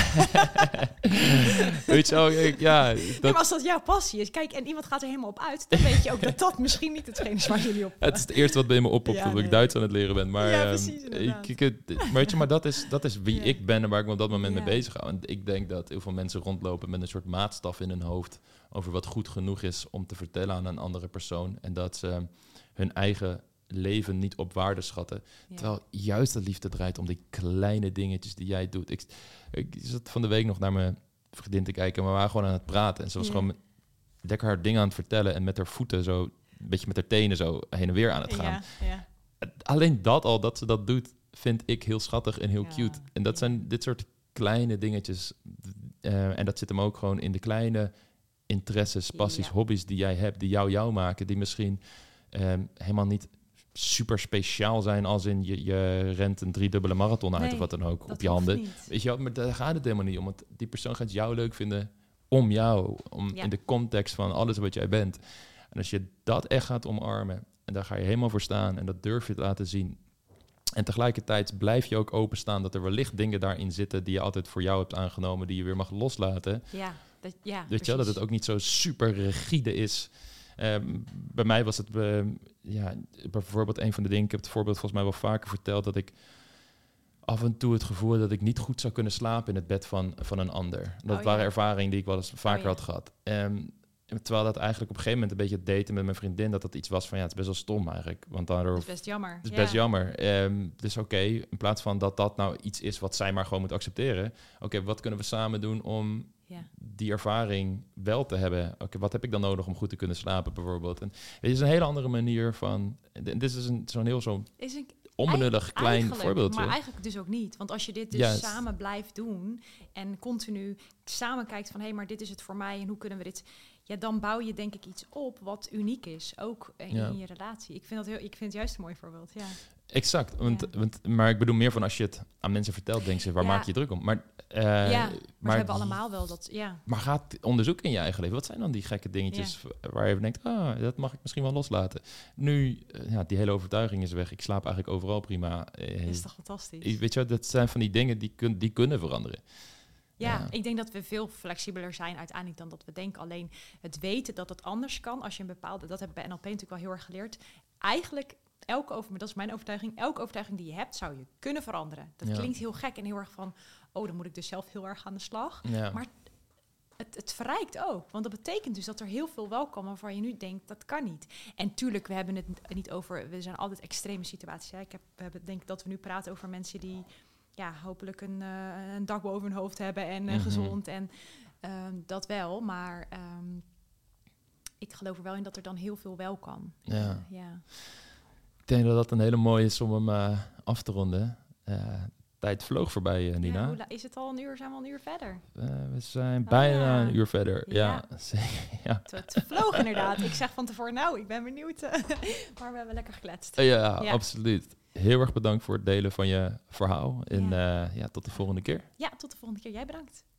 Weet je wel, ja. Dat...
Nee, maar als dat jouw passie is, kijk, en iemand gaat er helemaal op uit, dan weet je ook dat dat misschien niet hetgeen is waar jullie op...
Het is het eerste wat bij me oppopt, ja, dat nee. ik Duits aan het leren ben. Maar,
ja, precies,
uh, ik, ik, maar weet je, maar dat is, dat is wie ja. ik ben en waar ik me op dat moment ja. mee bezig hou. En ik denk dat heel veel mensen rondlopen met een soort maatstaf in hun hoofd over wat goed genoeg is om te vertellen aan een andere persoon. En dat ze hun eigen leven niet op waarde schatten. Ja. Terwijl juist de liefde draait om die kleine dingetjes die jij doet. Ik, ik zat van de week nog naar mijn vriendin te kijken, maar we waren gewoon aan het praten. En ze was ja. gewoon lekker haar dingen aan het vertellen en met haar voeten zo, een beetje met haar tenen zo heen en weer aan het gaan. Ja, ja. Alleen dat al, dat ze dat doet, vind ik heel schattig en heel ja, cute. En dat ja. zijn dit soort kleine dingetjes. Uh, en dat zit hem ook gewoon in de kleine interesses, passies, ja. hobby's die jij hebt, die jou jou maken, die misschien um, helemaal niet super speciaal zijn als in je, je rent een driedubbele marathon uit nee, of wat dan ook op je handen. Niet. Weet je wel, maar daar gaat het helemaal niet om. Want die persoon gaat jou leuk vinden om jou, om ja. in de context van alles wat jij bent. En als je dat echt gaat omarmen en daar ga je helemaal voor staan en dat durf je te laten zien. En tegelijkertijd blijf je ook openstaan dat er wellicht dingen daarin zitten die je altijd voor jou hebt aangenomen, die je weer mag loslaten.
Ja, dat, ja,
weet je wel, dat het ook niet zo super rigide is. Um, bij mij was het uh, ja, bijvoorbeeld een van de dingen, ik heb het voorbeeld volgens mij wel vaker verteld, dat ik af en toe het gevoel had dat ik niet goed zou kunnen slapen in het bed van, van een ander. Dat oh, waren ja. ervaringen die ik wel eens vaker oh, ja. had gehad. Um, terwijl dat eigenlijk op een gegeven moment een beetje het daten met mijn vriendin, dat dat iets was van ja, het is best wel stom eigenlijk. Want daardoor,
het is best jammer.
Het is
ja.
best jammer. Um, dus oké, okay, in plaats van dat dat nou iets is wat zij maar gewoon moet accepteren. Oké, okay, wat kunnen we samen doen om ja. die ervaring wel te hebben? Oké, okay, wat heb ik dan nodig om goed te kunnen slapen bijvoorbeeld? En het is een hele andere manier van, dit is een, zo'n heel zo'n onbenullig klein voorbeeldje.
Maar eigenlijk dus ook niet. Want als je dit dus yes. samen blijft doen en continu samen kijkt van hé, hey, maar dit is het voor mij en hoe kunnen we dit... Ja, dan bouw je denk ik iets op wat uniek is, ook in, ja. in je relatie. Ik vind, dat heel, ik vind het juist een mooi voorbeeld, ja.
Exact, want, ja. want, maar ik bedoel meer van als je het aan mensen vertelt, denk je, waar ja. maak je je druk om? Maar, uh,
ja, maar, maar we hebben allemaal wel dat, ja.
Maar ga onderzoeken in je eigen leven. Wat zijn dan die gekke dingetjes ja. waar je denkt, ah, dat mag ik misschien wel loslaten. Nu, uh, ja, die hele overtuiging is weg. Ik slaap eigenlijk overal prima. Uh,
dat is toch fantastisch?
Weet je, dat zijn van die dingen die, kun, die kunnen veranderen.
Ja, ja, ik denk dat we veel flexibeler zijn uiteindelijk dan dat we denken. Alleen het weten dat het anders kan als je een bepaalde... Dat heb ik bij N L P natuurlijk wel heel erg geleerd. Eigenlijk, elke over, maar dat is mijn overtuiging... elke overtuiging die je hebt, zou je kunnen veranderen. Dat ja. klinkt heel gek en heel erg van... oh, dan moet ik dus zelf heel erg aan de slag. Ja. Maar het, het verrijkt ook. Want dat betekent dus dat er heel veel wel kan... waarvan je nu denkt, dat kan niet. En tuurlijk, we hebben het niet over... we zijn altijd extreme situaties. Hè. Ik heb, we hebben, denk dat we nu praten over mensen die... ja, hopelijk een, uh, een dak boven hun hoofd hebben en uh, mm-hmm. gezond en um, dat wel. Maar um, ik geloof er wel in dat er dan heel veel wel kan.
Ja.
Uh, ja.
Ik denk dat dat een hele mooie is om hem uh, af te ronden. Uh, tijd vloog voorbij, uh, Nina.
Ja, hoe la- is het al een uur? Zijn we al een uur verder?
Uh, we zijn oh, bijna ja. een uur verder. Ja, ja.
ja. Het, het vloog inderdaad. Ik zeg van tevoren, nou, ik ben benieuwd. Maar we hebben lekker gekletst.
Uh, ja, ja, absoluut. Heel erg bedankt voor het delen van je verhaal. En ja. Uh, ja, tot de volgende keer.
Ja, tot de volgende keer. Jij bedankt.